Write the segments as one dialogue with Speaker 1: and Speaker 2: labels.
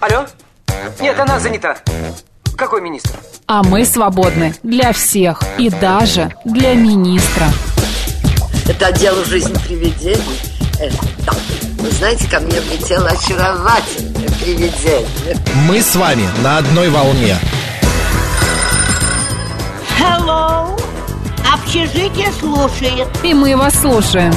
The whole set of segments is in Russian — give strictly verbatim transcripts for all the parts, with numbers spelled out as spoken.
Speaker 1: Алло? Нет, она занята. Какой министр?
Speaker 2: А мы свободны для всех и даже для министра.
Speaker 3: Это отдел «Жизнь привидений». Это, вы знаете, ко мне влетело очаровательное привидение.
Speaker 4: Мы с вами на одной волне.
Speaker 5: Hello! Общежитие слушает.
Speaker 2: И мы вас слушаем.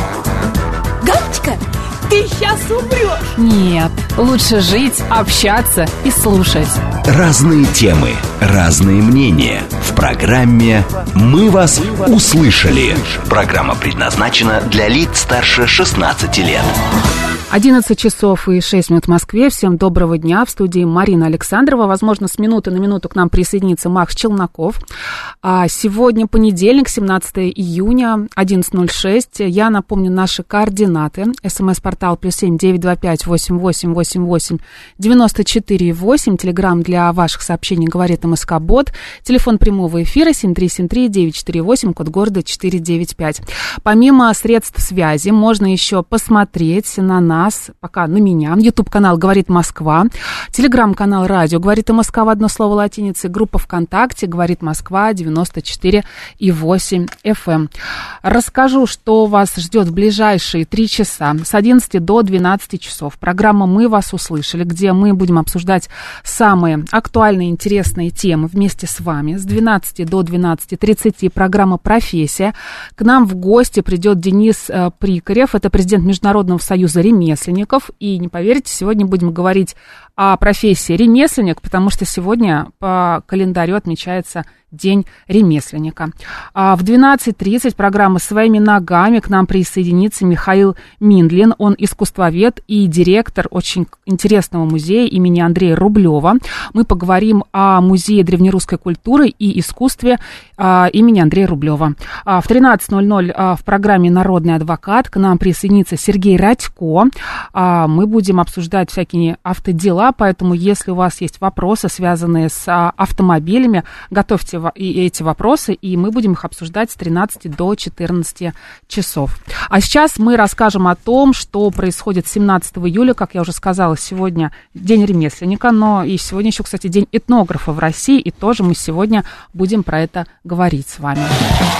Speaker 5: Галочка, ты сейчас умрешь.
Speaker 2: Нет, лучше жить, общаться и слушать.
Speaker 6: Разные темы, разные мнения. В программе «Мы вас услышали». Программа предназначена для лиц старше шестнадцати лет.
Speaker 2: одиннадцать часов и шесть минут в Москве. Всем доброго дня. В студии Марина Александрова. Возможно, с минуты на минуту к нам присоединится Макс Челноков. А сегодня понедельник, семнадцатое июня, одиннадцать ноль шесть. Я напомню наши координаты. СМС-портал плюс семь девять два пять восемь восемь восемь восемь девяносто четыре восемь. Телеграмм для ваших сообщений говорит МСК-бот. Телефон прямого эфира семь три семь три девять четыре восемь, код города четыреста девяносто пять. Помимо средств связи, можно еще посмотреть на нас. Нас, пока на меня, YouTube-канал «Говорит Москва», телеграм-канал «Радио говорит МСК» в одно слово латиницей, группа ВКонтакте «Говорит Москва» девяносто четыре и восемь эф эм. Расскажу, что вас ждет в ближайшие три часа с одиннадцати до двенадцати часов. Программа «Мы вас услышали», где мы будем обсуждать самые актуальные, интересные темы вместе с вами. С двенадцати до двенадцати тридцати программа «Профессия». К нам в гости придет Денис э, Прикарев, это президент Международного союза ремесленников. ремесленников. И не поверите, сегодня будем говорить о профессии ремесленник, потому что сегодня по календарю отмечается День ремесленника. А в двенадцать тридцать программа «Своими ногами» к нам присоединится Михаил Миндлин. Он искусствовед и директор очень интересного музея имени Андрея Рублева. Мы поговорим о музее древнерусской культуры и искусстве а, имени Андрея Рублева. А в тринадцать ноль ноль а, в программе «Народный адвокат» к нам присоединится Сергей Радько. А, мы будем обсуждать всякие автодела, поэтому если у вас есть вопросы, связанные с а, автомобилями, готовьте и эти вопросы, и мы будем их обсуждать с тринадцати до четырнадцати часов. А сейчас мы расскажем о том, что происходит семнадцатого июля, как я уже сказала, сегодня День ремесленника, но и сегодня еще, кстати, День этнографа в России, и тоже мы сегодня будем про это говорить с вами.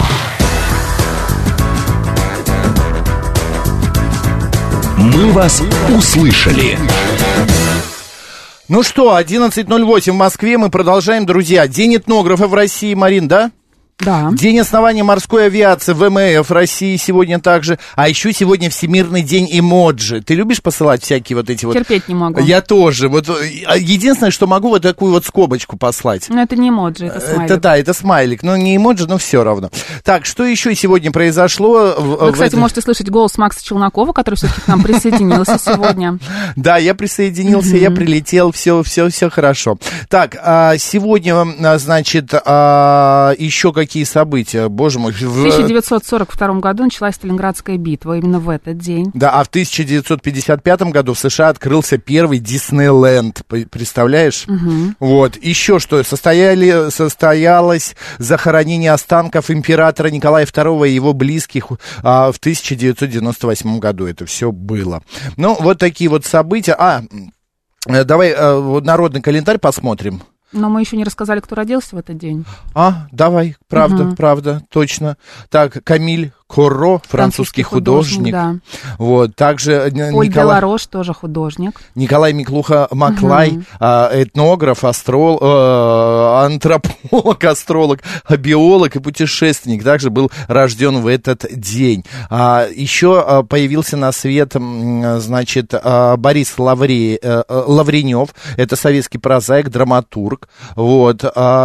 Speaker 6: Мы вас услышали.
Speaker 4: Ну что, одиннадцать ноль восемь в Москве, мы продолжаем, друзья. День этнографа в России, Марин, да?
Speaker 2: Да.
Speaker 4: День основания морской авиации в эм эф России сегодня также. А еще сегодня Всемирный день эмоджи. Ты любишь посылать всякие вот эти вот...
Speaker 2: Терпеть не могу.
Speaker 4: Я тоже. Вот единственное, что могу, вот такую вот скобочку послать.
Speaker 2: Но это не эмоджи, это смайлик.
Speaker 4: Это да, это смайлик. Но не эмоджи, но все равно. Так, что еще сегодня произошло?
Speaker 2: Вы, кстати, в... можете слышать голос Макса Челнокова, который все-таки к нам присоединился сегодня.
Speaker 4: Да, я присоединился, я прилетел, все, все, все хорошо. Так, сегодня, значит, еще какие Какие события, боже мой.
Speaker 2: В тысяча девятьсот сорок втором году началась Сталинградская битва, именно в этот день.
Speaker 4: Да, а в тысяча девятьсот пятьдесят пятом году в США открылся первый Диснейленд, представляешь? Угу. Вот, еще что, состояли, состоялось захоронение останков императора Николая второго и его близких а, в тысяча девятьсот девяносто восьмом году это все было. Ну, вот такие вот события. А, давай а, народный календарь посмотрим.
Speaker 2: Но мы еще не рассказали, кто родился в этот день. А,
Speaker 4: давай, правда, угу. правда, точно. Так, Камиль Корро, французский, французский художник. художник да. Вот, также
Speaker 2: Поль Николай... Беларош, тоже художник.
Speaker 4: Николай Миклуха Маклай, угу. этнограф, астролог, антрополог, астролог, биолог и путешественник. Также был рожден в этот день. Еще появился на свет, значит, Борис Лавре... Лавренев. Это советский прозаик, драматург. Вот.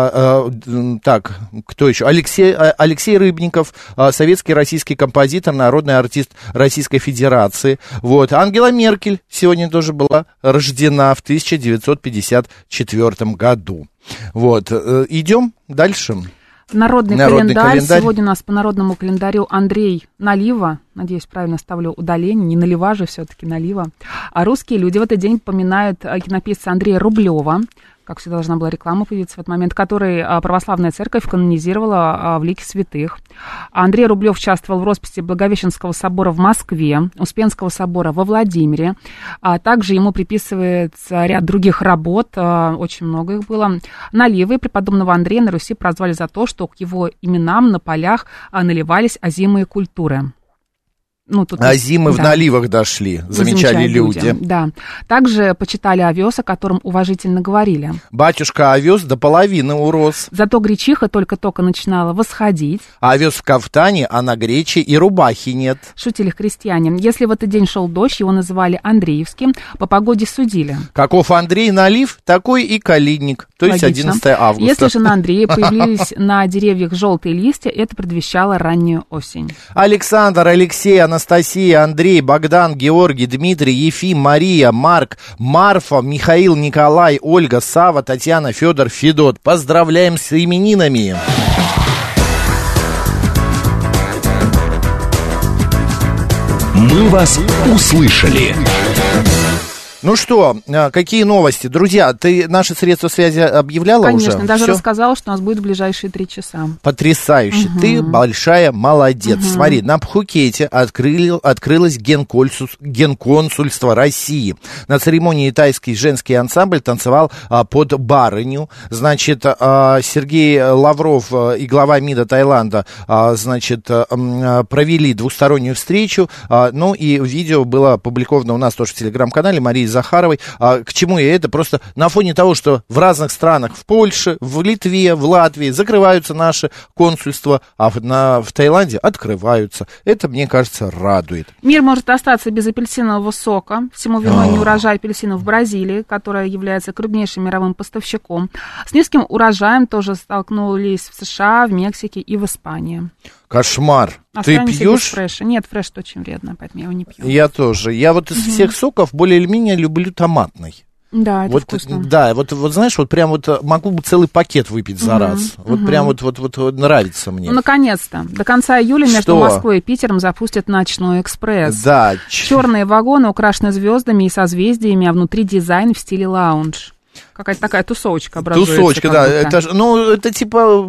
Speaker 4: Так, кто еще? Алексей, Алексей Рыбников, советский российский российский композитор, народный артист Российской Федерации. Вот. Ангела Меркель сегодня тоже была рождена в тысяча девятьсот пятьдесят четвёртом году. Вот. Идем дальше.
Speaker 2: Народный, Народный календарь. календарь. Сегодня у нас по народному календарю Андрей Налива. Надеюсь, правильно ставлю удаление. Не Налива же все-таки, Налива. А русские люди в этот день поминают кинописца Андрея Рублева. как всегда должна была реклама появиться в этот момент, который православная церковь канонизировала в лике святых. Андрей Рублев участвовал в росписи Благовещенского собора в Москве, Успенского собора во Владимире. А также ему приписывается ряд других работ, очень много их было. Наливы преподобного Андрея на Руси прозвали за то, что к его именам на полях наливались озимые культуры. Ну, тут
Speaker 4: а зимы
Speaker 2: да.
Speaker 4: в наливах дошли, замечали люди. люди.
Speaker 2: Да. Также почитали овес, о котором уважительно говорили.
Speaker 4: Батюшка овес до половины урос.
Speaker 2: Зато гречиха только-только начинала восходить.
Speaker 4: А овес в кафтане, а на гречи и рубахи нет.
Speaker 2: Шутили христиане. Если в этот день шел дождь, его называли Андреевским, по погоде судили.
Speaker 4: Каков Андрей налив, такой и калидник, то
Speaker 2: Логично.
Speaker 4: есть одиннадцатое августа.
Speaker 2: Если же на Андрея появились на деревьях желтые листья, это предвещало раннюю осень.
Speaker 4: Александр, Алексей, Анастасия, Андрей, Богдан, Георгий, Дмитрий, Ефим, Мария, Марк, Марфа, Михаил, Николай, Ольга, Сава, Татьяна, Федор, Федот. Поздравляем с именинами!
Speaker 6: Мы вас услышали.
Speaker 4: Ну что, какие новости? Друзья, ты наши средства связи объявляла
Speaker 2: Конечно,
Speaker 4: уже?
Speaker 2: Конечно, даже
Speaker 4: Всё?
Speaker 2: рассказала, что у нас будет в ближайшие три часа.
Speaker 4: Потрясающе. Угу. Ты большая молодец. Угу. Смотри, на Пхукете открыли, открылось генконсульство России. На церемонии тайский женский ансамбль танцевал а, под барыню. Значит, а, Сергей Лавров а, и глава МИДа Таиланда, а, значит, а, провели двустороннюю встречу. А, ну и видео было опубликовано у нас тоже в телеграм-канале Марии Захаровой. А, к чему я это? Просто на фоне того, что в разных странах, в Польше, в Литве, в Латвии закрываются наши консульства, а в, на, в Таиланде открываются. Это, мне кажется, радует.
Speaker 2: Мир может остаться без апельсинового сока. Всему виной неурожай апельсинов в Бразилии, которая является крупнейшим мировым поставщиком. С низким урожаем тоже столкнулись в США, в Мексике и в Испании.
Speaker 4: Кошмар. Ты пьешь?
Speaker 2: Фреша. Нет, фреш очень вредно, поэтому я его не пью.
Speaker 4: Я тоже. Я вот из угу. всех соков более или менее люблю томатный.
Speaker 2: Да, это
Speaker 4: вот,
Speaker 2: вкусно.
Speaker 4: Да, вот, вот знаешь, вот прям вот могу бы целый пакет выпить за угу, раз. Вот угу. прям вот, вот, вот, вот нравится мне.
Speaker 2: Ну, наконец-то. До конца июля между
Speaker 4: Что?
Speaker 2: Москвой и Питером запустят ночной экспресс.
Speaker 4: Да.
Speaker 2: Черные вагоны украшены звездами и созвездиями, а внутри дизайн в стиле лаунж. Какая-то такая тусовочка образуется.
Speaker 4: Тусовочка, да. Это, ж, ну, это типа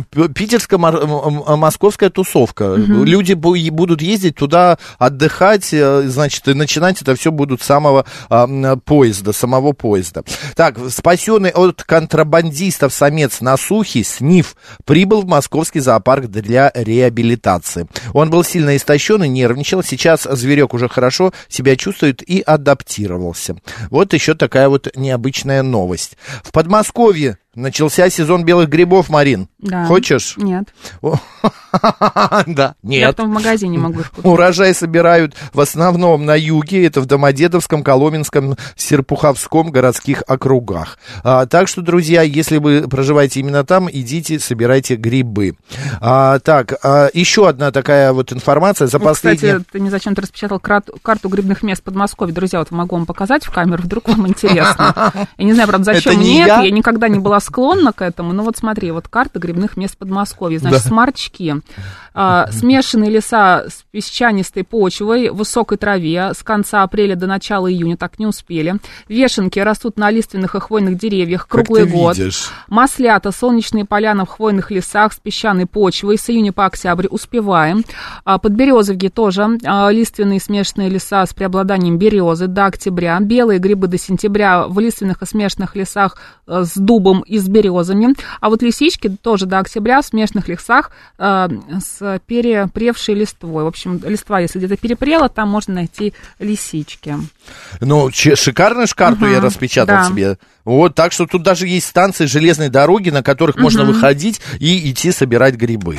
Speaker 4: питерско-московская тусовка. Угу. Люди будут ездить туда отдыхать, значит, и начинать это все будут с самого а, поезда, самого поезда. Так, спасенный от контрабандистов самец Насухи, Сниф, прибыл в московский зоопарк для реабилитации. Он был сильно истощен и нервничал. Сейчас зверек уже хорошо себя чувствует и адаптировался. Вот еще такая вот необычная новость. В Подмосковье начался сезон белых грибов, Марин.
Speaker 2: Да.
Speaker 4: Хочешь?
Speaker 2: Нет.
Speaker 4: Да. Нет.
Speaker 2: Я потом в магазине могу их купить.
Speaker 4: Урожай собирают в основном на юге, это в Домодедовском, Коломенском, Серпуховском городских округах. А, так что, друзья, если вы проживаете именно там, идите, собирайте грибы. А, так, а, еще одна такая вот информация за
Speaker 2: вот,
Speaker 4: последние...
Speaker 2: Кстати, ты мне зачем-то распечатал карту, карту грибных мест Подмосковья. Друзья, вот могу вам показать в камеру, вдруг вам интересно. Я не знаю, правда, зачем мне это, я никогда не была склонна к этому, но вот смотри, вот карта грибных мест Подмосковья. Значит, да. Сморчки, а, смешанные леса с песчанистой почвой, высокой траве, с конца апреля до начала июня, так не успели. Вешенки растут на лиственных и хвойных деревьях круглый год. Видишь. Маслята, солнечные поляны в хвойных лесах с песчаной почвой, с июня по октябрь успеваем. А, подберезовки тоже, а, лиственные смешанные леса с преобладанием березы до октября. Белые грибы до сентября в лиственных и смешанных лесах а, с дубом и с березами. А вот лисички тоже до октября в смешанных лесах э, с перепревшей листвой. В общем, листва, если где-то перепрела, там можно найти лисички.
Speaker 4: Ну, че, шикарную карту угу, я распечатал
Speaker 2: да.
Speaker 4: тебе. Вот, так что тут даже есть станции железной дороги, на которых угу. можно выходить и идти собирать грибы.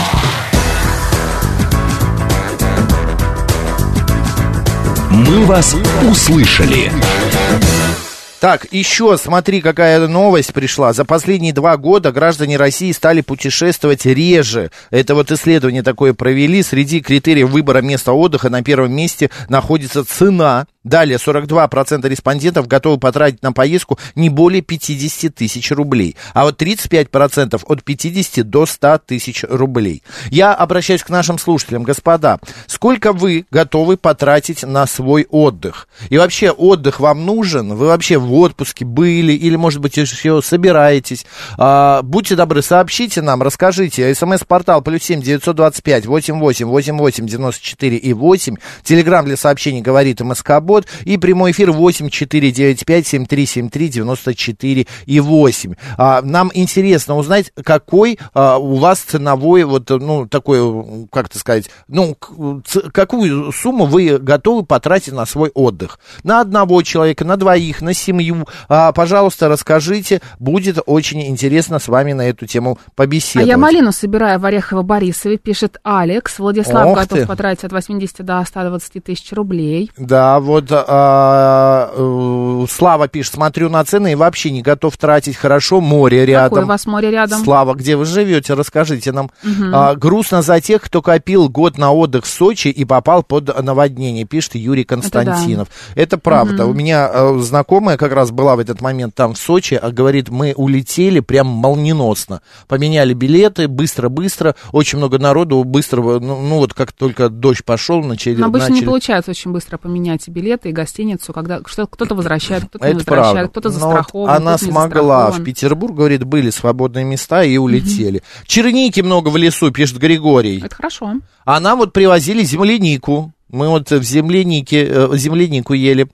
Speaker 6: Мы вас услышали.
Speaker 4: Так, еще смотри, какая новость пришла. За последние два года граждане России стали путешествовать реже. Это вот исследование такое провели. Среди критериев выбора места отдыха на первом месте находится цена. Далее, сорок два процента респондентов готовы потратить на поездку не более пятьдесят тысяч рублей. А вот тридцать пять процентов от пятидесяти до ста тысяч рублей. Я обращаюсь к нашим слушателям. Господа, сколько вы готовы потратить на свой отдых? И вообще, отдых вам нужен? Вы вообще в отпуске были, или, может быть, еще собираетесь. А, будьте добры, сообщите нам, расскажите. СМС-портал плюс семь девятьсот двадцать пять восемьдесят восемь восемьдесят восемь девяносто четыре и восемь. Телеграм для сообщений говорит МСК-бот. И прямой эфир восемь четыре девять пять семь три семь три девяносто четыре и восемь. А, нам интересно узнать, какой а, у вас ценовой, вот, ну, такой, как это сказать, ну, ц- какую сумму вы готовы потратить на свой отдых. На одного человека, на двоих, на семью. А, пожалуйста, расскажите. Будет очень интересно с вами на эту тему побеседовать.
Speaker 2: А я малину собираю в Орехово-Борисове, пишет Алекс. Владислав
Speaker 4: Ох
Speaker 2: готов
Speaker 4: ты.
Speaker 2: потратить от восьмидесяти до ста двадцати тысяч рублей.
Speaker 4: Да, вот а, а, Слава пишет, смотрю на цены и вообще не готов тратить. Хорошо, море рядом.
Speaker 2: Какое у вас море рядом?
Speaker 4: Слава, где вы живете? Расскажите нам.
Speaker 2: Угу.
Speaker 4: А, грустно за тех, кто копил год на отдых в Сочи и попал под наводнение, пишет Юрий Константинов. Это, да. Это правда. Угу. У меня а, знакомая как раз была в этот момент там в Сочи, а говорит, мы улетели прям молниеносно. Поменяли билеты быстро-быстро, очень много народу быстро, ну, ну вот как только дождь пошел, начали...
Speaker 2: Но обычно
Speaker 4: начали...
Speaker 2: не получается очень быстро поменять и билеты, и гостиницу, когда кто-то возвращает, кто-то
Speaker 4: это
Speaker 2: не возвращает,
Speaker 4: правда.
Speaker 2: кто-то
Speaker 4: Но
Speaker 2: застрахован,
Speaker 4: она
Speaker 2: кто-то не
Speaker 4: смогла
Speaker 2: застрахован.
Speaker 4: в Петербург, говорит, были свободные места и улетели. Угу. Черники много в лесу, пишет Григорий.
Speaker 2: Это хорошо.
Speaker 4: Она вот привозили землянику. Мы вот в землянике, землянику ели.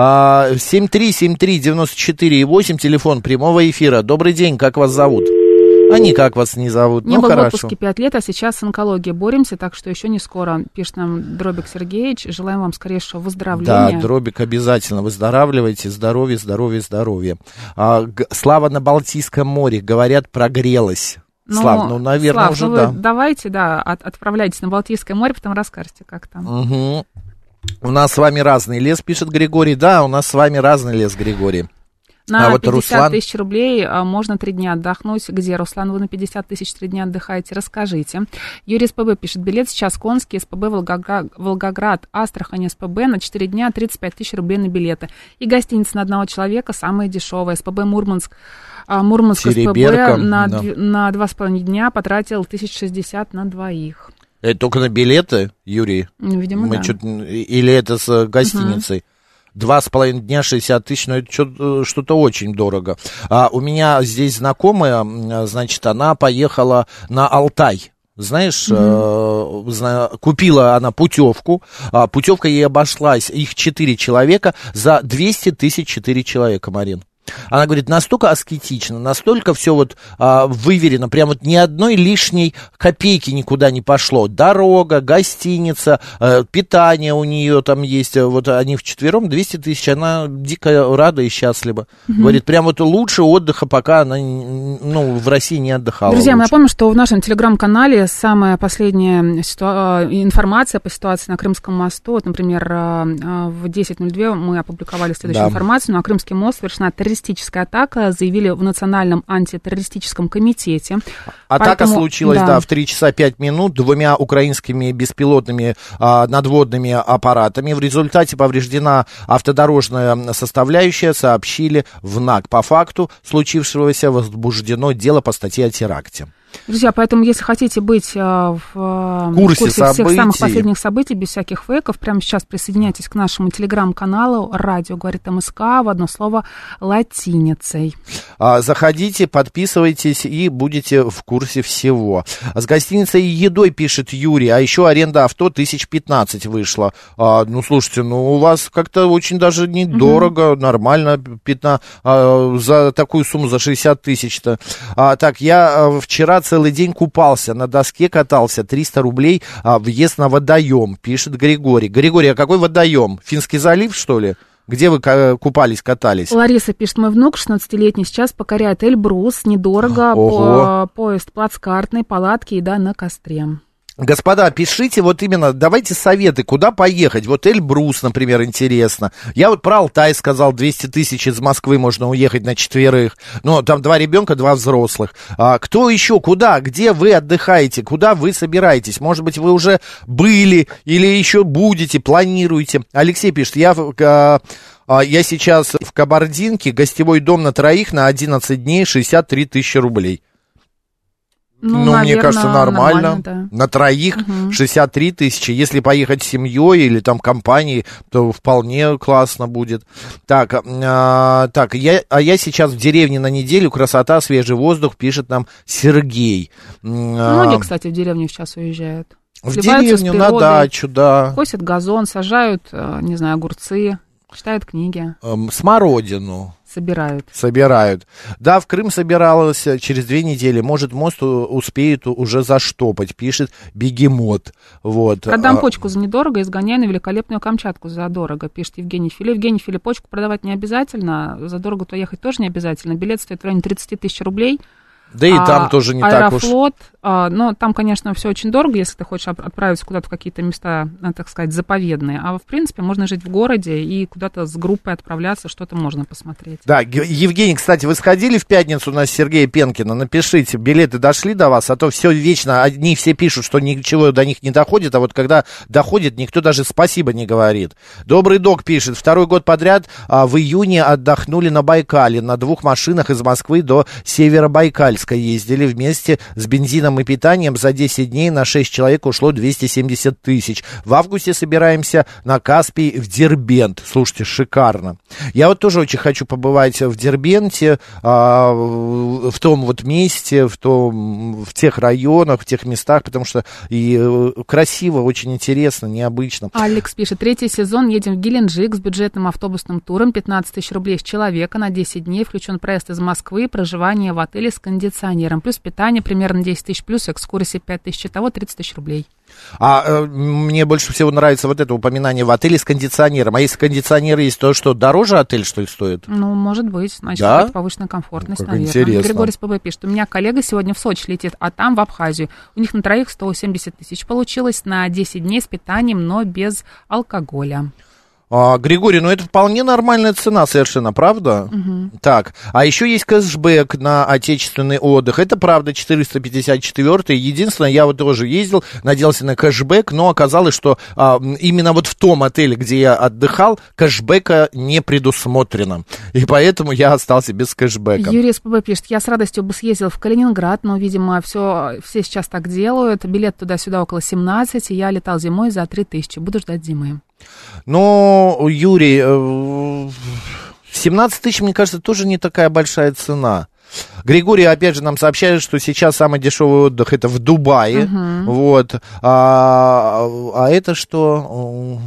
Speaker 4: семь три семь три девяносто четыре и восемь, телефон прямого эфира. Добрый день, как вас зовут? А никак вас не зовут.
Speaker 2: Не
Speaker 4: ну,
Speaker 2: был
Speaker 4: хорошо.
Speaker 2: в отпуске пять лет, а сейчас с онкологией боремся, так что еще не скоро, пишет нам Дробик Сергеевич. Желаем вам скорейшего выздоровления.
Speaker 4: Да, Дробик, обязательно выздоравливайте. Здоровье, здоровье, здоровье. А, г- Слава на Балтийском море, говорят, прогрелась.
Speaker 2: Ну,
Speaker 4: Слав, ну, наверное,
Speaker 2: Слав,
Speaker 4: уже
Speaker 2: ну
Speaker 4: да.
Speaker 2: Вы давайте, да, от, отправляйтесь на Балтийское море, потом расскажете, как там.
Speaker 4: Угу. У нас с вами разный лес, пишет Григорий. Да, у нас с вами разный лес, Григорий.
Speaker 2: На
Speaker 4: а вот
Speaker 2: пятьдесят
Speaker 4: Руслан...
Speaker 2: тысяч рублей а, можно три дня отдохнуть. Где, Руслан, вы на пятьдесят тысяч три дня отдыхаете? Расскажите. Юрий СПБ пишет, билет сейчас конский, СПБ Волгоград, Волгоград Астрахань СПБ на четыре дня, тридцать пять тысяч рублей на билеты. И гостиница на одного человека самая дешевая. СПБ Мурманск, а, Мурманск СПБ на, да. на два с половиной дня потратил тысяча шестьдесят на двоих.
Speaker 4: Это только на билеты, Юрий?
Speaker 2: Ну, видимо,
Speaker 4: Мы
Speaker 2: да.
Speaker 4: чё-то... Или это с гостиницей? Угу. Два с половиной дня, шестьдесят тысяч, ну, это что-то, что-то очень дорого. А у меня здесь знакомая, значит, она поехала на Алтай. Знаешь, mm-hmm. э, купила она путевку, а путевка ей обошлась, их четыре человека, за двести тысяч четыре человека, Марин. Она говорит, настолько аскетично, настолько все вот а, выверено, прям вот ни одной лишней копейки никуда не пошло. Дорога, гостиница, а, питание у нее там есть, вот они вчетвером, двести тысяч, она дико рада и счастлива. Mm-hmm. Говорит, прям вот лучше отдыха, пока она ну, в России не отдыхала.
Speaker 2: Друзья,
Speaker 4: лучше.
Speaker 2: напомню, что в нашем телеграм-канале самая последняя ситуа- информация по ситуации на Крымском мосту. Вот, например, в десять ноль два мы опубликовали следующую да. информацию. На Крымский мост совершена террористическая террористическая атака, заявили в Национальном антитеррористическом комитете.
Speaker 4: Атака
Speaker 2: Поэтому,
Speaker 4: случилась, да. да, в три часа пять минут двумя украинскими беспилотными а, надводными аппаратами. В результате повреждена автодорожная составляющая, сообщили в НАК. По факту случившегося возбуждено дело по статье о теракте.
Speaker 2: Друзья, поэтому, если хотите быть в
Speaker 4: курсе,
Speaker 2: курсе всех
Speaker 4: событий.
Speaker 2: самых последних событий, без всяких фейков, прямо сейчас присоединяйтесь к нашему телеграм-каналу «Радио говорит МСК» в одно слово латиницей.
Speaker 4: Заходите, подписывайтесь и будете в курсе всего. С гостиницей и едой, пишет Юрий, а еще аренда авто тысяч пятнадцать вышла. А, ну, слушайте, ну, у вас как-то очень даже недорого, угу. нормально, пятна, а, за такую сумму, за шестьдесят тысяч-то. А, так, я а, вчера целый день купался, на доске катался, триста рублей, а, въезд на водоем, пишет Григорий. Григорий, а какой водоем? Финский залив, что ли? Где вы купались, катались?
Speaker 2: Лариса пишет, мой внук, шестнадцатилетний, сейчас покоряет Эльбрус, недорого, по, поезд плацкартный, палатки, еда на костре.
Speaker 4: Господа, пишите вот именно, давайте советы, куда поехать. Вот Эльбрус, например, интересно. Я вот про Алтай сказал, двести тысяч из Москвы можно уехать на четверых. Ну, там два ребенка, два взрослых. А, кто еще, куда, где вы отдыхаете, куда вы собираетесь? Может быть, вы уже были или еще будете, планируете. Алексей пишет, я... А, я сейчас в Кабардинке, гостевой дом на троих на одиннадцать дней, шестьдесят три тысячи рублей.
Speaker 2: Ну,
Speaker 4: ну
Speaker 2: наверное,
Speaker 4: мне кажется, нормально.
Speaker 2: нормально, да.
Speaker 4: На троих угу. шестьдесят три тысячи. Если поехать с семьей или там компанией, то вполне классно будет. Так, а, так я, а я сейчас в деревне на неделю. Красота, свежий воздух, пишет нам Сергей.
Speaker 2: Многие, кстати, в деревню сейчас уезжают.
Speaker 4: В деревню, на дачу, да.
Speaker 2: Косят газон, сажают, не знаю, огурцы, читают книги.
Speaker 4: Эм, смородину.
Speaker 2: Собирают.
Speaker 4: Собирают. Да, в Крым собиралась через две недели. Может, мост успеет уже заштопать, пишет Бегемот. Вот.
Speaker 2: Продам почку за недорого и сгоняй на великолепную Камчатку за дорого, пишет Евгений Филипп. Евгений Филипп, почку продавать не обязательно, за дорого то ехать тоже не обязательно. Билет стоит в районе тридцать тысяч рублей.
Speaker 4: Да и а, там тоже не так уж.
Speaker 2: Аэрофлот, а, но там, конечно, все очень дорого, если ты хочешь отправиться куда-то в какие-то места, так сказать, заповедные. А в принципе можно жить в городе и куда-то с группой отправляться, что-то можно посмотреть.
Speaker 4: Да, Евгений, кстати, вы сходили в пятницу на Сергея Пенкина? Напишите, билеты дошли до вас, а то все вечно, одни все пишут, что ничего до них не доходит, а вот когда доходит, никто даже спасибо не говорит. Добрый док пишет, второй год подряд а, в июне отдохнули на Байкале, на двух машинах из Москвы до Северобайкальска ездили вместе с бензином и питанием. За десять дней на шесть человек ушло двести семьдесят тысяч. В августе собираемся на Каспий в Дербент. Слушайте, шикарно. Я вот тоже очень хочу побывать в Дербенте, а, в том вот месте, в, том, в тех районах, в тех местах, потому что и красиво, очень интересно, необычно.
Speaker 2: Алекс пишет, третий сезон, едем в Геленджик с бюджетным автобусным туром, пятнадцать тысяч рублей с человека на десять дней, включен проезд из Москвы, проживание в отеле с кондиционером, плюс питание примерно десять тысяч, плюс экскурсии пять тысяч, итого тридцать тысяч рублей.
Speaker 4: А э, мне больше всего нравится вот это упоминание в отеле с кондиционером. А если кондиционер есть, то что, дороже отель, что ли, стоит?
Speaker 2: Ну, может быть, значит,
Speaker 4: да?
Speaker 2: это повышенная комфортность,
Speaker 4: ну,
Speaker 2: наверное.
Speaker 4: Интересно.
Speaker 2: Григорий СПБ пишет, у меня коллега сегодня в Сочи летит, а там в Абхазию. У них на троих сто семьдесят тысяч получилось на десять дней с питанием, но без алкоголя.
Speaker 4: А, Григорий, ну это вполне нормальная цена совершенно, правда?
Speaker 2: Угу.
Speaker 4: Так, а еще есть кэшбэк на отечественный отдых. Это правда, четыреста пятьдесят четыре. Единственное, я вот тоже ездил, надеялся на кэшбэк, но оказалось, что а, именно вот в том отеле, где я отдыхал, кэшбэка не предусмотрено. И поэтому я остался без кэшбэка.
Speaker 2: Юрий СПБ пишет, я с радостью бы съездил в Калининград, но, видимо, все, все сейчас так делают. Билет туда-сюда около семнадцати. Я летал зимой за три тысячи. Буду ждать зимы.
Speaker 4: Ну, Юрий, семнадцать тысяч, мне кажется, тоже не такая большая цена. Григорий, опять же, нам сообщает, что сейчас самый дешевый отдых это в Дубае. Uh-huh. Вот. А, а это что?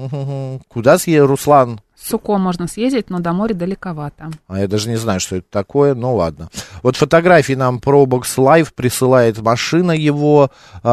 Speaker 4: Куда съездил Руслан?
Speaker 2: Суко можно съездить, но до моря далековато.
Speaker 4: А я даже не знаю, что это такое, ну ладно. Вот фотографии нам ProBox Live присылает машина его,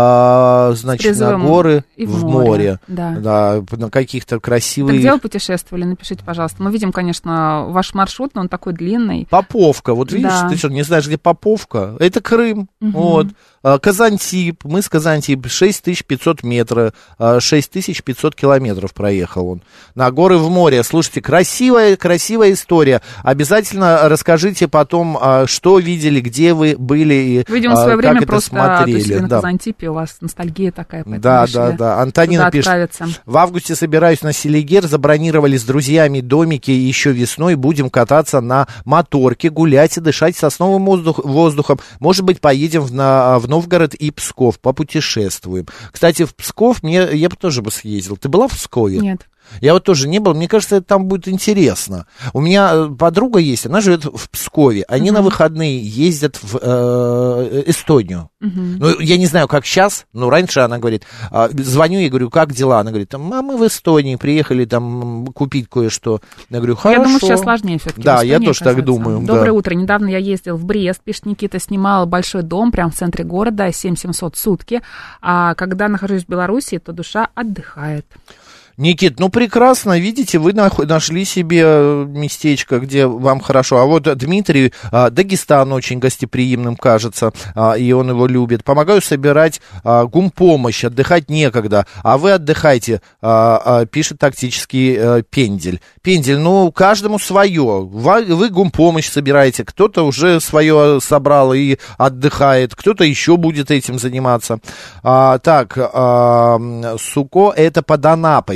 Speaker 4: а, значит, на горы
Speaker 2: и
Speaker 4: в, в
Speaker 2: море.
Speaker 4: море.
Speaker 2: Да.
Speaker 4: Да, на каких-то красивых...
Speaker 2: Так где вы путешествовали? Напишите, пожалуйста. Мы видим, конечно, ваш маршрут, но он такой длинный.
Speaker 4: Поповка, вот видишь,
Speaker 2: да.
Speaker 4: Ты что, не знаешь, где Поповка? Это Крым, угу. Вот. Казантип, мы с Казантип, шесть тысяч пятьсот метров, шесть тысяч пятьсот километров проехал он. На горы в море. Слушайте, красивая, красивая история. Обязательно расскажите потом, что видели, где вы были и
Speaker 2: видимо, в свое
Speaker 4: как
Speaker 2: время
Speaker 4: это
Speaker 2: просто,
Speaker 4: смотрели.
Speaker 2: То есть вы на
Speaker 4: да.
Speaker 2: Казантипе, у вас ностальгия такая.
Speaker 4: Да, да, да. Антонина пишет,
Speaker 2: отправиться.
Speaker 4: В августе собираюсь на Селигер, забронировали с друзьями домики, еще весной будем кататься на моторке, гулять и дышать сосновым воздух, воздухом. Может быть, поедем в, на, в Новгород и Псков, попутешествуем. Кстати, в Псков мне, я бы тоже бы съездил. Ты была в Пскове?
Speaker 2: Нет.
Speaker 4: Я вот тоже не был, мне кажется, это там будет интересно. У меня подруга есть, она живет в Пскове, они uh-huh. на выходные ездят в э, Эстонию. Uh-huh. Ну, я не знаю, как сейчас, но раньше она говорит, э, звоню ей, говорю, как дела? Она говорит, а мы в Эстонии приехали там купить кое-что. Я говорю, хорошо.
Speaker 2: Я думаю, сейчас сложнее все-таки.
Speaker 4: Да, я тоже оказаться. Так думаю.
Speaker 2: Доброе
Speaker 4: да.
Speaker 2: утро. Недавно я ездил в Брест, пишет Никита, снимал большой дом прямо в центре города, семь тысяч семьсот в сутки. А когда нахожусь в Беларуси, то душа отдыхает.
Speaker 4: Никит, ну прекрасно, видите, вы нашли себе местечко, где вам хорошо. А вот Дмитрий, Дагестан очень гостеприимным кажется, и он его любит. Помогаю собирать гумпомощь, отдыхать некогда. А вы отдыхайте, пишет тактический Пендель. Пендель, ну каждому свое. Вы гумпомощь собираете, кто-то уже свое собрал и отдыхает, кто-то еще будет этим заниматься. Так, Суко, это под Анапой.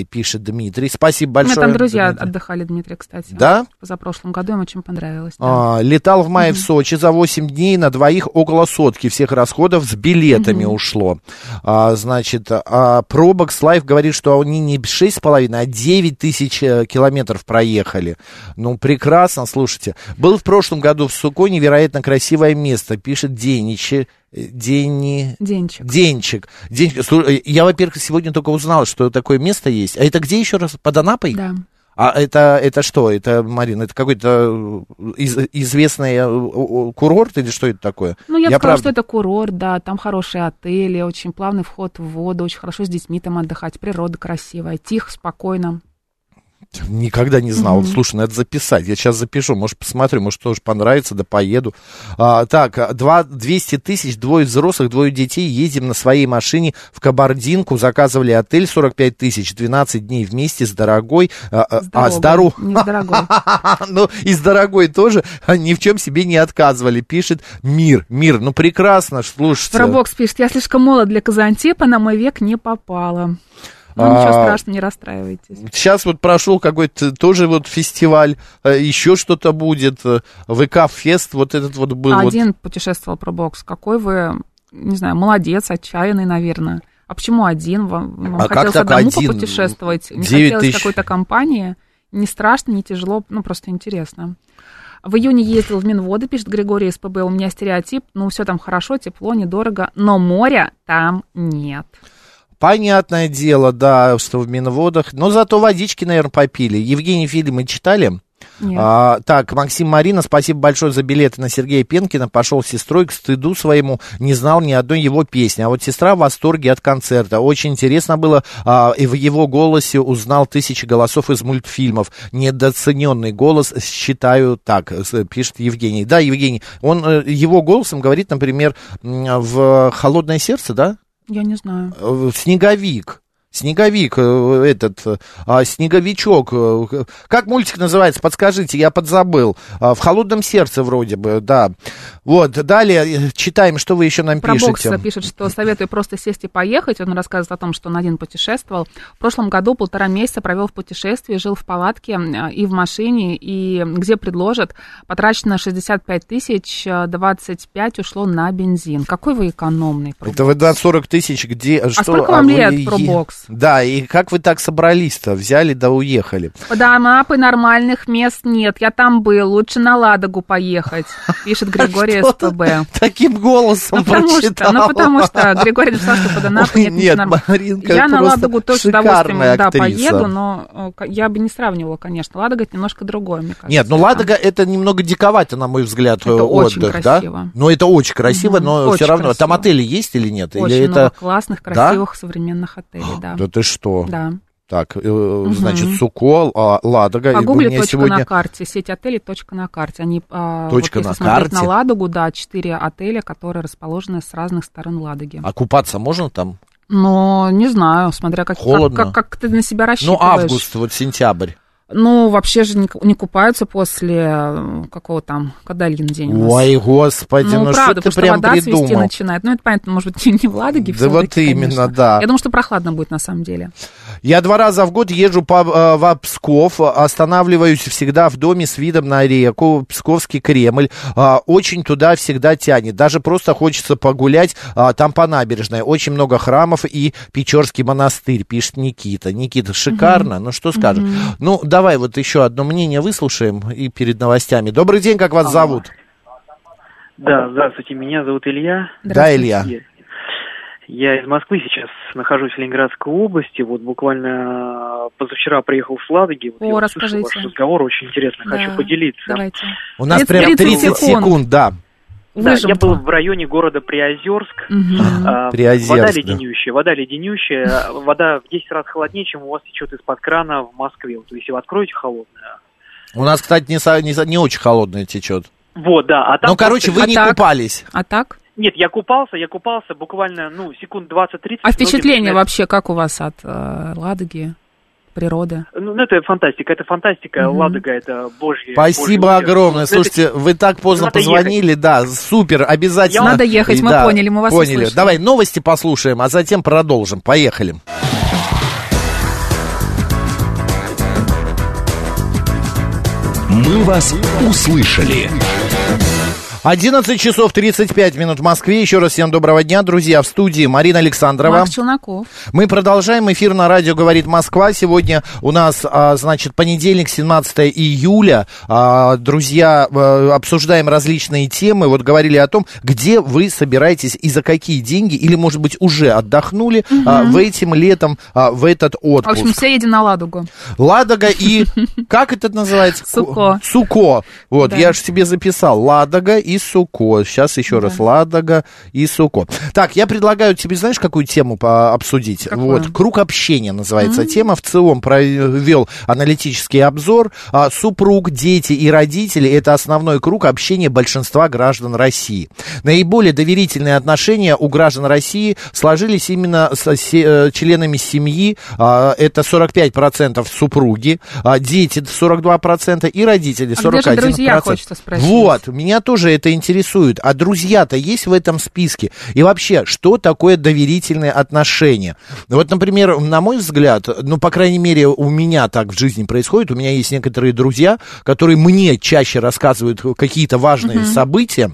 Speaker 4: пишет Дмитрий. Спасибо
Speaker 2: У
Speaker 4: большое.
Speaker 2: меня там друзья
Speaker 4: Дмитрий.
Speaker 2: отдыхали, Дмитрий, кстати.
Speaker 4: Да?
Speaker 2: Позапрошлом году им очень понравилось. Да.
Speaker 4: А, летал в мае mm-hmm. в Сочи за восемь дней, на двоих около сотки всех расходов с билетами mm-hmm. ушло. А, значит, а, Пробокс Лайф говорит, что они не шесть с половиной, а девять тысяч километров проехали. Ну, прекрасно, слушайте. Был в прошлом году в Суко, невероятно красивое место, пишет Деничи. Дени...
Speaker 2: Денчик.
Speaker 4: Денчик. Денчик. Слушай, я, во-первых, сегодня только узнал, что такое место есть. А это где еще раз? Под Анапой?
Speaker 2: Да.
Speaker 4: А это, это что? Это, Марина, это какой-то из, известный курорт или что это такое?
Speaker 2: Ну, я, я сказала,
Speaker 4: правда...
Speaker 2: что это курорт, да, там хорошие отели, очень плавный вход в воду, очень хорошо с детьми там отдыхать, природа красивая, тихо, спокойно.
Speaker 4: Никогда не знал.
Speaker 2: Mm-hmm.
Speaker 4: Слушай, надо записать. Я сейчас запишу, может, посмотрю, может, тоже понравится, да поеду. А, так, два, двести тысяч, двое взрослых, двое детей. Едем на своей машине в Кабардинку. Заказывали отель сорок пять тысяч, двенадцать дней вместе с дорогой.
Speaker 2: С
Speaker 4: а, с дорогой.
Speaker 2: Не с дорогой.
Speaker 4: Ну, и с дорогой тоже ни в чем себе не отказывали. Пишет Мир. Мир, ну, прекрасно, слушайте.
Speaker 2: Пробокс пишет, я слишком молод для Казантепа, на мой век не попала. Ну, ничего а, страшного, не расстраивайтесь.
Speaker 4: Сейчас вот прошел какой-то тоже вот фестиваль, еще что-то будет, ВК-фест, вот этот вот был.
Speaker 2: Один
Speaker 4: вот...
Speaker 2: путешествовал Пробокс. Какой вы, не знаю, молодец, отчаянный, наверное. А почему один? Вам, вам
Speaker 4: а
Speaker 2: хотелось одному один? попутешествовать? Не хотелось
Speaker 4: тысяч...
Speaker 2: какой-то компании? Не страшно, не тяжело, ну, просто интересно. В июне ездил в Минводы, пишет Григорий СПБ. У меня стереотип, ну, все там хорошо, тепло, недорого, но моря там нет.
Speaker 4: Понятное дело, да, что в Минводах. Но зато водички, наверное, попили. Евгений, фильмы читали?
Speaker 2: Нет.
Speaker 4: А, так, Максим, Марина, спасибо большое за билеты на Сергея Пенкина. Пошел с сестрой к стыду своему, не знал ни одной его песни. А вот сестра в восторге от концерта. Очень интересно было, а, и в его голосе узнал тысячи голосов из мультфильмов. Недооцененный голос, считаю так, пишет Евгений. Да, Евгений, он его голосом говорит, например, в «Холодное сердце», да?
Speaker 2: Я не знаю.
Speaker 4: Снеговик. Снеговик, этот, а, снеговичок, как мультик называется, подскажите, я подзабыл, а, в «Холодном сердце» вроде бы, да. Вот, далее читаем, что вы еще нам
Speaker 2: Про
Speaker 4: пишете.
Speaker 2: Бокса пишет, что советую просто сесть и поехать, он рассказывает о том, что он один путешествовал. В прошлом году полтора месяца провел в путешествии, жил в палатке и в машине, и где предложат, потрачено шестьдесят пять тысяч, двадцать пять ушло на бензин. Какой вы экономный, Пробокс.
Speaker 4: Это вы на сорок тысяч где?
Speaker 2: А
Speaker 4: что?
Speaker 2: сколько вам
Speaker 4: а
Speaker 2: лет,
Speaker 4: вы...
Speaker 2: Пробокс?
Speaker 4: Да, и как вы так собрались-то? Взяли да уехали.
Speaker 2: Под Анапой нормальных мест нет. Я там был. Лучше на Ладогу поехать, пишет Григорий СПБ.
Speaker 4: Таким голосом прочитала.
Speaker 2: Ну, потому что Григорий написал, что под Анапой нет ничего нормального.
Speaker 4: Маринка,
Speaker 2: я на Ладогу тоже с удовольствием да,
Speaker 4: актриса.
Speaker 2: поеду, но я бы не сравнивала, конечно. Ладога — это немножко другое, мне кажется.
Speaker 4: Нет, ну Ладога — это немного диковато, на мой взгляд,
Speaker 2: это
Speaker 4: отдых,
Speaker 2: очень красиво.
Speaker 4: Да? Ну, это очень красиво, но
Speaker 2: очень
Speaker 4: все равно.
Speaker 2: красиво.
Speaker 4: Там отели есть или нет?
Speaker 2: Очень
Speaker 4: или
Speaker 2: много
Speaker 4: это...
Speaker 2: классных, красивых, да? современных отелей, да.
Speaker 4: Да ты что?
Speaker 2: Да.
Speaker 4: Так, значит, Суко, Ладога.
Speaker 2: Погугли точка
Speaker 4: сегодня...
Speaker 2: на карте, сеть отелей точка на карте. Они,
Speaker 4: точка
Speaker 2: вот,
Speaker 4: на
Speaker 2: если смотреть
Speaker 4: карте?
Speaker 2: на Ладогу, да, четыре отеля, которые расположены с разных сторон Ладоги.
Speaker 4: А купаться можно там?
Speaker 2: Ну, не знаю, смотря как, как, как, как ты на себя рассчитываешь.
Speaker 4: Ну, август, вот сентябрь.
Speaker 2: Ну, вообще же не, не купаются после какого там, когда один день у нас.
Speaker 4: Ой, господи, ну, ну
Speaker 2: правда,
Speaker 4: что ты прям
Speaker 2: вода
Speaker 4: придумал?
Speaker 2: цвести начинает. Ну, это понятно, может быть, не в Ладоге.
Speaker 4: Да вот именно,
Speaker 2: конечно.
Speaker 4: да.
Speaker 2: Я думаю, что прохладно будет на самом деле.
Speaker 4: Я два раза в год езжу по, э, в Псков, останавливаюсь всегда в доме с видом на реку, Псковский Кремль. Э, очень туда всегда тянет. Даже просто хочется погулять э, там по набережной. Очень много храмов и Печорский монастырь, пишет Никита. Никита, шикарно, mm-hmm. ну что скажешь? Mm-hmm. Ну, давай вот еще одно мнение выслушаем и перед новостями. Добрый день, как вас а, зовут?
Speaker 7: Да, здравствуйте, меня зовут Илья.
Speaker 4: Да, Илья.
Speaker 7: Я из Москвы сейчас нахожусь в Ленинградской области. Вот буквально позавчера приехал с Ладоги. Вот
Speaker 2: О, расскажите.
Speaker 7: Ваш разговор очень интересно, да, хочу поделиться.
Speaker 2: Давайте.
Speaker 4: У нас прям тридцать секунд, да.
Speaker 7: Да, я был в районе города Приозерск.
Speaker 2: Угу.
Speaker 7: А,
Speaker 4: Приозерск,
Speaker 7: вода
Speaker 4: да.
Speaker 7: леденющая, вода леденющая. Вода в десять раз холоднее, чем у вас течет из-под крана в Москве. Вот если вы откроете холодную.
Speaker 4: У нас, кстати, не, не, не очень холодная течет.
Speaker 7: Вот, да. А там
Speaker 4: ну, короче, вы
Speaker 2: а
Speaker 4: не
Speaker 2: так?
Speaker 4: купались.
Speaker 2: А так?
Speaker 7: Нет, я купался, я купался буквально, ну, секунд двадцать-тридцать.
Speaker 2: А впечатление вообще как у вас от э, Ладоги? Природа.
Speaker 7: Ну, это фантастика, это фантастика, mm-hmm. Ладога, это божье.
Speaker 4: Спасибо божье огромное. Ну, Слушайте, это... вы так поздно надо позвонили, ехать. Да, супер, обязательно.
Speaker 2: Надо ехать, мы
Speaker 4: да,
Speaker 2: поняли, мы вас
Speaker 4: поняли.
Speaker 2: услышали.
Speaker 4: Давай новости послушаем, а затем продолжим. Поехали.
Speaker 6: Мы вас услышали.
Speaker 4: одиннадцать часов тридцать пять минут в Москве. Еще раз всем доброго дня, друзья. В студии Марина Александрова.
Speaker 2: Макс Челноков.
Speaker 4: Мы продолжаем эфир на радио «Говорит Москва». Сегодня у нас, значит, понедельник, семнадцатое июля. Друзья, обсуждаем различные темы. Вот говорили о том, где вы собираетесь и за какие деньги, или, может быть, уже отдохнули угу. в этим летом, в этот отпуск.
Speaker 2: В общем, все едем на Ладогу.
Speaker 4: Ладога и... Как это называется?
Speaker 2: Суко.
Speaker 4: Суко. Вот,
Speaker 2: да.
Speaker 4: Я же себе записал. Ладога и Суко. Сейчас еще да. раз. Ладога и Суко. Так, я предлагаю тебе, знаешь, какую тему обсудить?
Speaker 2: Какую?
Speaker 4: Вот, круг общения называется mm-hmm. тема. В целом провел аналитический обзор. А, супруг, дети и родители – это основной круг общения большинства граждан России. Наиболее доверительные отношения у граждан России сложились именно с се- членами семьи. А, это сорок пять процентов супруги, а, дети сорок два процента и родители сорок один процент.
Speaker 2: А где же друзья, хочется спросить?
Speaker 4: Вот, меня тоже это интересует. А друзья-то есть в этом списке? И вообще, что такое доверительные отношения? Вот, например, на мой взгляд, ну, по крайней мере, у меня так в жизни происходит. У меня есть некоторые друзья, которые мне чаще рассказывают какие-то важные mm-hmm. события,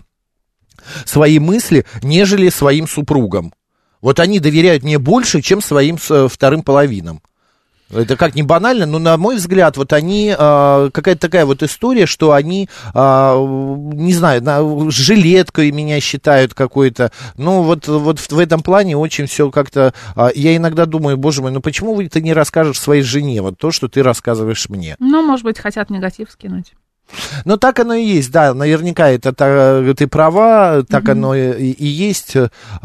Speaker 4: свои мысли, нежели своим супругам. Вот они доверяют мне больше, чем своим вторым половинам. Это как не банально, но, на мой взгляд, вот они, э, какая-то такая вот история, что они, э, не знаю, на, жилеткой меня считают какой-то. Ну, вот, вот в, в этом плане очень все как-то... Э, я иногда думаю, боже мой, ну почему ты не расскажешь своей жене вот то, что ты рассказываешь мне?
Speaker 2: Ну, может быть, хотят негатив скинуть.
Speaker 4: Ну, так оно и есть, да, наверняка это та, ты права, так mm-hmm. оно и, и есть.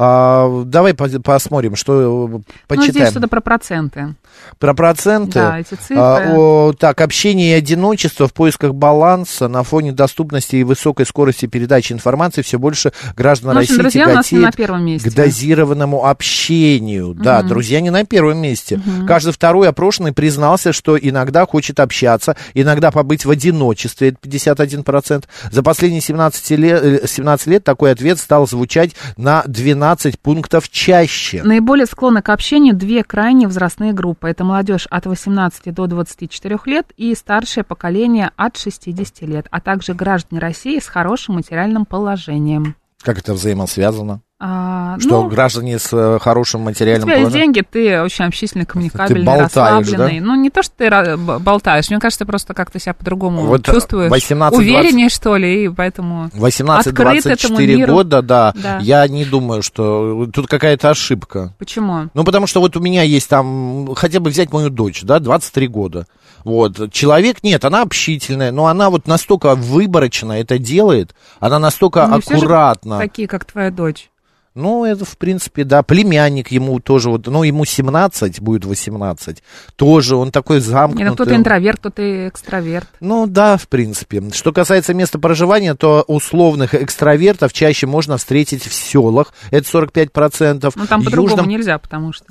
Speaker 4: А, давай по, посмотрим, что почитаем.
Speaker 2: Ну, здесь что-то про проценты.
Speaker 4: Про проценты.
Speaker 2: Да, эти цифры.
Speaker 4: А, о, так, общение и одиночество в поисках баланса на фоне доступности и высокой скорости передачи информации все больше граждан
Speaker 2: ну,
Speaker 4: России
Speaker 2: друзья
Speaker 4: тяготеют
Speaker 2: к
Speaker 4: дозированному общению. Mm-hmm. Да, друзья не на первом месте. Mm-hmm. Каждый второй опрошенный признался, что иногда хочет общаться, иногда побыть в одиночестве. Это пятьдесят один процент. За последние семнадцать лет, семнадцать лет такой ответ стал звучать на двенадцать пунктов чаще.
Speaker 2: Наиболее склонны к общению две крайне возрастные группы. Это молодежь от восемнадцати до двадцати четырёх лет и старшее поколение от шестидесяти лет, а также граждане России с хорошим материальным положением.
Speaker 4: Как это взаимосвязано?
Speaker 2: А,
Speaker 4: что
Speaker 2: ну,
Speaker 4: граждане с хорошим материальным
Speaker 2: положением? У тебя
Speaker 4: положением?
Speaker 2: есть деньги, ты очень общительный, коммуникабельный,
Speaker 4: ты болтаешь,
Speaker 2: расслабленный. Да? Ну, не то, что ты болтаешь, мне кажется, ты просто как-то себя по-другому вот чувствуешь.
Speaker 4: восемнадцать,
Speaker 2: увереннее, что ли, и поэтому
Speaker 4: восемнадцать-двадцать четыре года, да, да, я не думаю, что тут какая-то ошибка.
Speaker 2: Почему?
Speaker 4: Ну, потому что вот у меня есть там, хотя бы взять мою дочь, да, двадцать три года. Вот, человек, нет, она общительная, но она вот настолько выборочно это делает, она настолько
Speaker 2: ну,
Speaker 4: аккуратно.
Speaker 2: Все же такие, как твоя дочь.
Speaker 4: Ну, это, в принципе, да, племянник ему тоже, вот, ну, ему семнадцать, будет восемнадцать, тоже он такой замкнутый.
Speaker 2: Нет, ну, кто-то интроверт, кто-то экстраверт.
Speaker 4: Ну, да, в принципе. Что касается места проживания, то условных экстравертов чаще можно встретить в селах, это сорок пять процентов.
Speaker 2: Ну, там по-другому Южном... нельзя, потому что...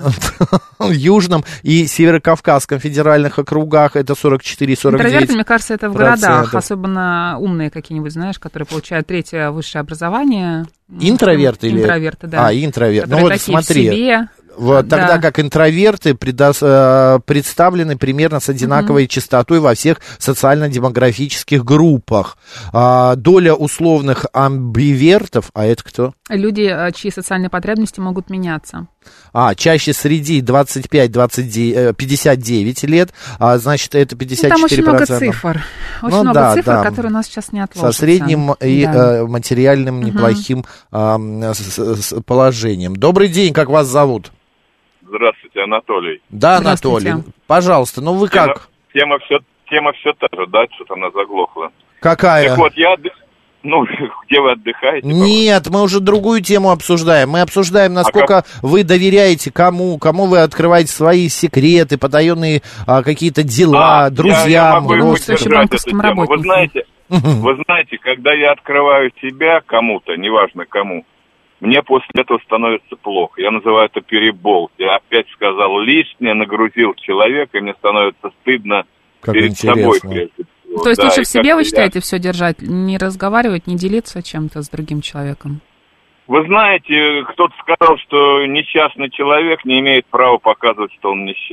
Speaker 4: В Южном и Северокавказском федеральных округах это сорок четыре - сорок девять процентов.
Speaker 2: Интроверты, мне кажется, это в городах, особенно умные какие-нибудь, знаешь, которые получают третье высшее образование.
Speaker 4: Интроверт или...
Speaker 2: Интроверты, да.
Speaker 4: А, интроверт.
Speaker 2: Которые
Speaker 4: ну вот смотри,
Speaker 2: в себе.
Speaker 4: Вот,
Speaker 2: да.
Speaker 4: Тогда как интроверты предо... представлены примерно с одинаковой mm-hmm. частотой во всех социально-демографических группах. А, доля условных амбивертов, а это кто?
Speaker 2: Люди, чьи социальные потребности могут меняться.
Speaker 4: А, чаще среди двадцать пять - пятьдесят девять лет, а, значит, это пятьдесят четыре процента.
Speaker 2: Ну, там очень много цифр, очень
Speaker 4: ну,
Speaker 2: много
Speaker 4: да,
Speaker 2: цифр,
Speaker 4: да.
Speaker 2: которые у нас сейчас не отложатся.
Speaker 4: Со средним да. и э, материальным неплохим
Speaker 2: угу.
Speaker 4: э, с, с положением. Добрый день, как вас зовут?
Speaker 8: Здравствуйте, Анатолий.
Speaker 4: Да, Анатолий, пожалуйста, ну вы
Speaker 8: тема,
Speaker 4: как?
Speaker 8: Тема все, тема все та же, да, что-то она заглохла.
Speaker 4: Какая?
Speaker 8: Так вот, я отдых... Ну, где вы отдыхаете?
Speaker 4: Нет, мы уже другую тему обсуждаем. Мы обсуждаем, насколько а как... вы доверяете кому, кому вы открываете свои секреты, потаенные а, какие-то дела,
Speaker 8: а,
Speaker 4: друзьям,
Speaker 8: я, я могу
Speaker 4: родственникам.
Speaker 8: Вы знаете, вы знаете, когда я открываю себя кому-то, неважно кому, мне после этого становится плохо. Я называю это перебол. Я опять сказал лишнее, нагрузил человека, и мне становится стыдно
Speaker 4: как
Speaker 8: перед
Speaker 4: интересно.
Speaker 8: собой прежде.
Speaker 2: То есть
Speaker 8: да,
Speaker 2: лучше в себе, вы считаете,
Speaker 8: я...
Speaker 2: все держать, не разговаривать, не делиться чем-то с другим человеком?
Speaker 8: Вы знаете, кто-то сказал, что несчастный человек не имеет права показывать, что он несчастный.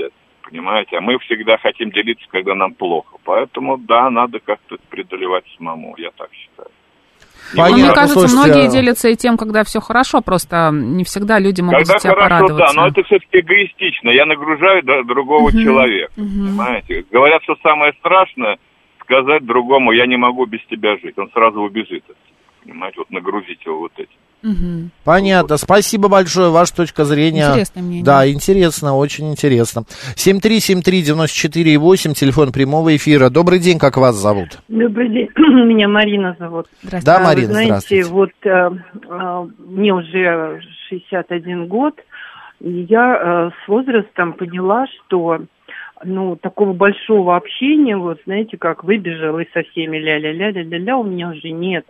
Speaker 8: понимаете? А мы всегда хотим делиться, когда нам плохо. Поэтому, да, надо как-то преодолевать самому, я так считаю.
Speaker 2: Понятно, мне кажется, слушайте, многие делятся и тем, когда все хорошо, просто не всегда люди могут
Speaker 8: когда
Speaker 2: за тебя
Speaker 8: хорошо,
Speaker 2: порадоваться.
Speaker 8: Да, но это все-таки эгоистично. Я нагружаю другого uh-huh, человека, uh-huh. понимаете? Говорят, что самое страшное сказать другому: я не могу без тебя жить. Он сразу убежит от тебя, понимаете? Вот нагрузить его вот этим.
Speaker 4: Угу. Понятно, спасибо большое, ваша точка зрения.
Speaker 2: Интересное мнение.
Speaker 4: Да, интересно, очень интересно. семь три семь три девяносто четыре восемь, телефон прямого эфира. Добрый день, как вас зовут?
Speaker 9: Добрый день, меня Марина зовут.
Speaker 4: Да, Марина,
Speaker 9: Вы знаете,
Speaker 4: здравствуйте.
Speaker 9: Вот э, э, мне уже шестьдесят один год, и я э, с возрастом поняла, что ну, такого большого общения, вот знаете, как выбежал и со всеми ля-ля-ля-ля-ля, у меня уже нет.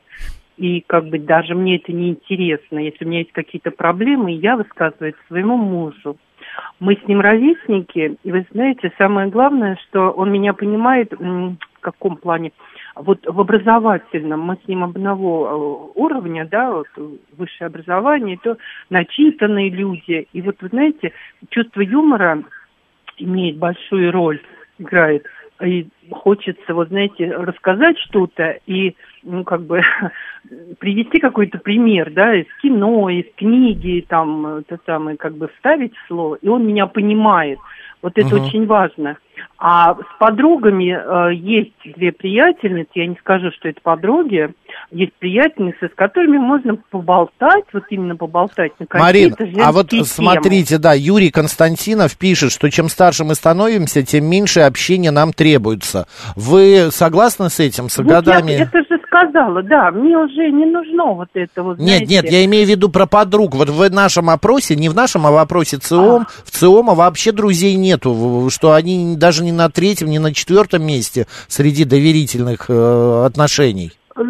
Speaker 9: И как бы даже мне это не интересно. Если у меня есть какие-то проблемы, я высказываю это своему мужу. Мы с ним ровесники, и вы знаете, самое главное, что он меня понимает в каком плане. Вот в образовательном мы с ним одного уровня, да, вот высшее образование, то начитанные люди. И вот вы знаете, чувство юмора имеет большую роль, играет. И хочется, вот знаете, рассказать что-то и, ну, как бы, привести какой-то пример, да, из кино, из книги, там, это самое, как бы, вставить в слово, и он меня понимает. Вот это uh-huh. очень важно. А с подругами э, есть две приятельницы, я не скажу, что это подруги, есть приятельницы, с которыми можно поболтать, вот именно поболтать на какие-то женские темы.
Speaker 4: А вот смотрите, да, Юрий Константинов пишет, что чем старше мы становимся, тем меньше общения нам требуется. Вы согласны с этим, с
Speaker 9: вот
Speaker 4: годами?
Speaker 9: Я это же сказала, да, мне уже не нужно вот это вот,
Speaker 4: Нет,
Speaker 9: знаете.
Speaker 4: нет, я имею в виду про подруг. Вот в нашем опросе, не в нашем, а в опросе ЦИОМ, а. в ЦИОМа вообще друзей нету, что они даже не на третьем, не на четвертом месте среди доверительных э, отношений.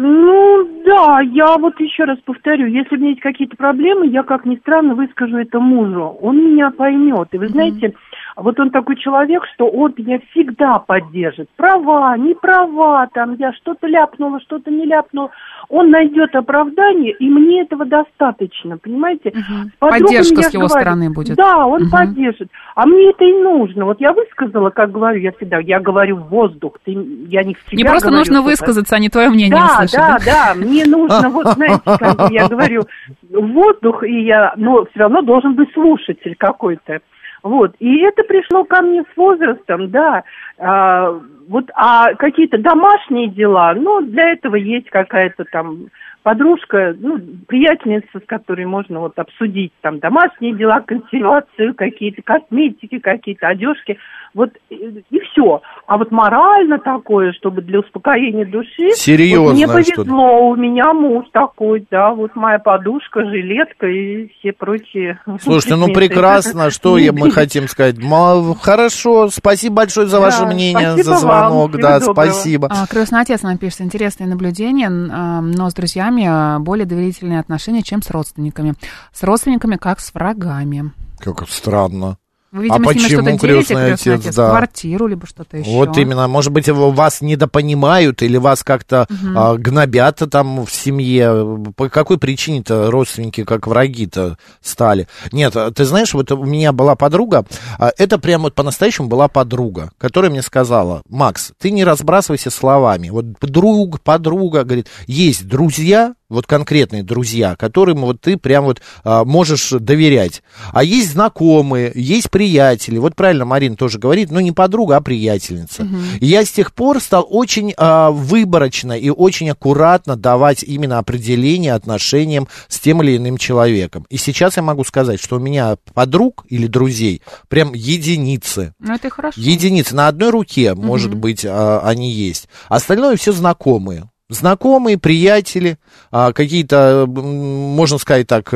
Speaker 9: Ну, да, я вот еще раз повторю, если у меня есть какие-то проблемы, я, как ни странно, выскажу это мужу. Он меня поймет. И вы знаете, mm-hmm. вот он такой человек, что он меня всегда поддержит. Права, не права, там, я что-то ляпнула, что-то не ляпнула. Он найдет оправдание, и мне этого достаточно, понимаете?
Speaker 2: Угу. Поддержка с его говорю, стороны будет.
Speaker 9: Да, он
Speaker 2: угу.
Speaker 9: поддержит. А мне это и нужно. Вот я высказала, как говорю я всегда, я говорю в воздух. Ты, я не в себя
Speaker 2: Не просто
Speaker 9: говорю,
Speaker 2: нужно
Speaker 9: что-то.
Speaker 2: Высказаться, а не твое мнение
Speaker 9: да,
Speaker 2: услышать.
Speaker 9: Да,
Speaker 2: да,
Speaker 9: да, мне нужно, вот знаете, как бы я говорю, в воздух, и я, но все равно должен быть слушатель какой-то. Вот, и это пришло ко мне с возрастом, да, а, вот, а какие-то домашние дела, ну, для этого есть какая-то там подружка, ну, приятельница, с которой можно вот обсудить там домашние дела, консервацию, какие-то косметики, какие-то одежки, вот, и, и все. А вот морально такое, чтобы для успокоения души...
Speaker 4: Серьезно,
Speaker 9: вот мне повезло, у меня муж такой, да, вот моя подушка, жилетка и все прочие...
Speaker 4: Слушайте, ну прекрасно, что мы хотим сказать. Хорошо, спасибо большое за ваше мнение, за звонок, да, спасибо.
Speaker 2: Крестный отец нам пишет, интересное наблюдение, но с друзьями более доверительные отношения, чем с родственниками. С родственниками, как с врагами.
Speaker 4: Как странно.
Speaker 2: Вы, видимо,
Speaker 4: а
Speaker 2: с ними
Speaker 4: почему
Speaker 2: что-то делите, крестный
Speaker 4: отец,
Speaker 2: отец,
Speaker 4: да.
Speaker 2: квартиру, либо что-то еще.
Speaker 4: Вот именно, может быть, вас недопонимают или вас как-то угу. а, гнобят там в семье. По какой причине-то родственники как враги-то стали? Нет, ты знаешь, вот у меня была подруга, это прям вот по-настоящему была подруга, которая мне сказала: Макс, ты не разбрасывайся словами. Вот друг, подруга, говорит, есть друзья, вот конкретные друзья, которым вот ты прям вот а, можешь доверять. А есть знакомые, есть приятели. Вот правильно Марина тоже говорит, ну не подруга, а приятельница. Uh-huh. И я с тех пор стал очень а, выборочно и очень аккуратно давать именно определение отношениям с тем или иным человеком. И сейчас я могу сказать, что у меня подруг или друзей прям единицы.
Speaker 2: Ну это хорошо.
Speaker 4: Единицы. На одной руке, uh-huh. может быть, а, они есть. Остальное все знакомые. Знакомые, приятели, а, какие-то, можно сказать так,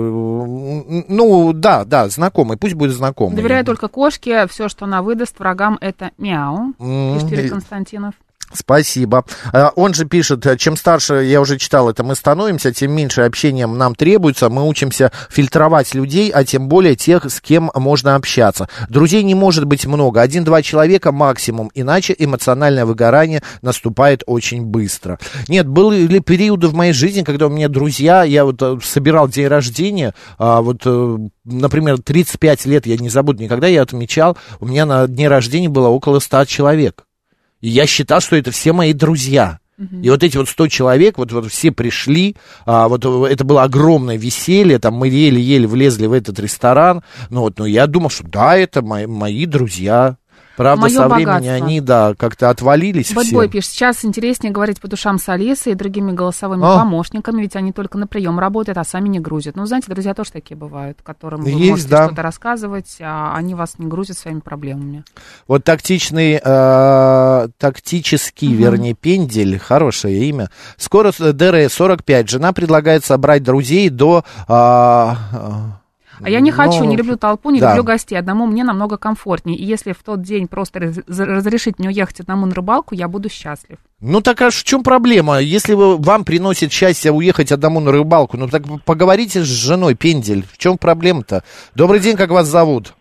Speaker 4: ну, да, да, знакомые, пусть будет знакомые.
Speaker 2: Доверяю только кошке, все, что она выдаст врагам, это мяу, пишет Юрий Константинов.
Speaker 4: Спасибо. Он же пишет, чем старше, я уже читал это, мы становимся, тем меньше общения нам требуется. Мы учимся фильтровать людей, а тем более тех, с кем можно общаться. Друзей не может быть много, один-два человека максимум, иначе эмоциональное выгорание наступает очень быстро. Нет, были периоды в моей жизни, когда у меня друзья, я вот собирал день рождения, вот, например, тридцать пять лет, я не забуду никогда, я отмечал, у меня на дне рождения было около ста человек. И я считал, что это все мои друзья. Uh-huh. И вот эти вот сто человек, вот, вот все пришли, а, вот это было огромное веселье, там мы еле-еле влезли в этот ресторан. Ну вот, ну я думал, что да, это мои, мои друзья. Правда,
Speaker 2: Моё
Speaker 4: со
Speaker 2: богатство.
Speaker 4: времени они, да, как-то отвалились все.
Speaker 2: Бэтбой пишет, сейчас интереснее говорить по душам с Алисой и другими голосовыми
Speaker 4: а?
Speaker 2: помощниками, ведь они только на прием работают, а сами не грузят. Ну, знаете, друзья тоже такие бывают, которым вы
Speaker 4: Есть,
Speaker 2: можете
Speaker 4: да.
Speaker 2: что-то рассказывать, а они вас не грузят своими проблемами.
Speaker 4: Вот тактичный, э, тактический, угу. вернее, пендель, хорошее имя. Скоро ДР сорок пять, жена предлагает собрать друзей до... Э,
Speaker 2: А я не хочу,
Speaker 4: Но...
Speaker 2: не люблю толпу, не
Speaker 4: да.
Speaker 2: люблю гостей. Одному мне намного комфортнее. И если в тот день просто раз- разрешить мне уехать одному на рыбалку, я буду счастлив.
Speaker 4: Ну так а в чем проблема? Если вы, вам приносит счастье уехать одному на рыбалку, ну так поговорите с женой, пендель. В чем проблема-то? Добрый день, как вас зовут?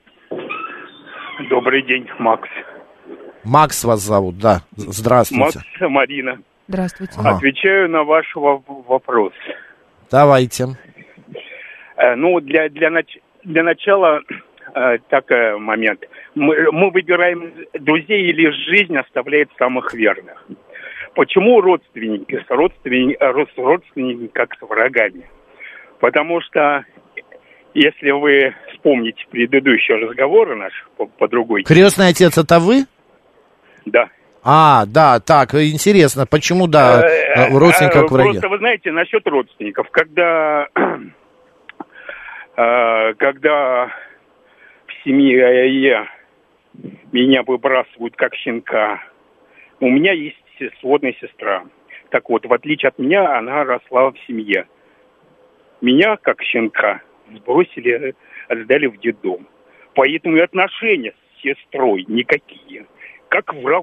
Speaker 10: Добрый день, Макс.
Speaker 4: Макс вас зовут, да. Здравствуйте.
Speaker 10: Макс, Марина.
Speaker 2: Здравствуйте.
Speaker 10: Ага. Отвечаю на ваш вопрос.
Speaker 4: Давайте.
Speaker 10: Ну, для, для, нач... для начала э, такой момент. Мы, мы выбираем друзей или жизнь оставляет самых верных. Почему родственники с родственниками, родственники как с врагами? Потому что, если вы вспомните предыдущие разговоры наши по, по другой...
Speaker 4: Крестный отец, это вы?
Speaker 10: Да.
Speaker 4: А, да, так, интересно, почему, да, родственники как враги?
Speaker 10: Просто, вы знаете, насчет родственников, когда... Когда в семье меня выбрасывают как щенка, у меня есть сводная сестра. Так вот, в отличие от меня, она росла в семье. Меня, как щенка, сбросили, сдали в детдом. Поэтому и отношения с сестрой никакие, как к врагу.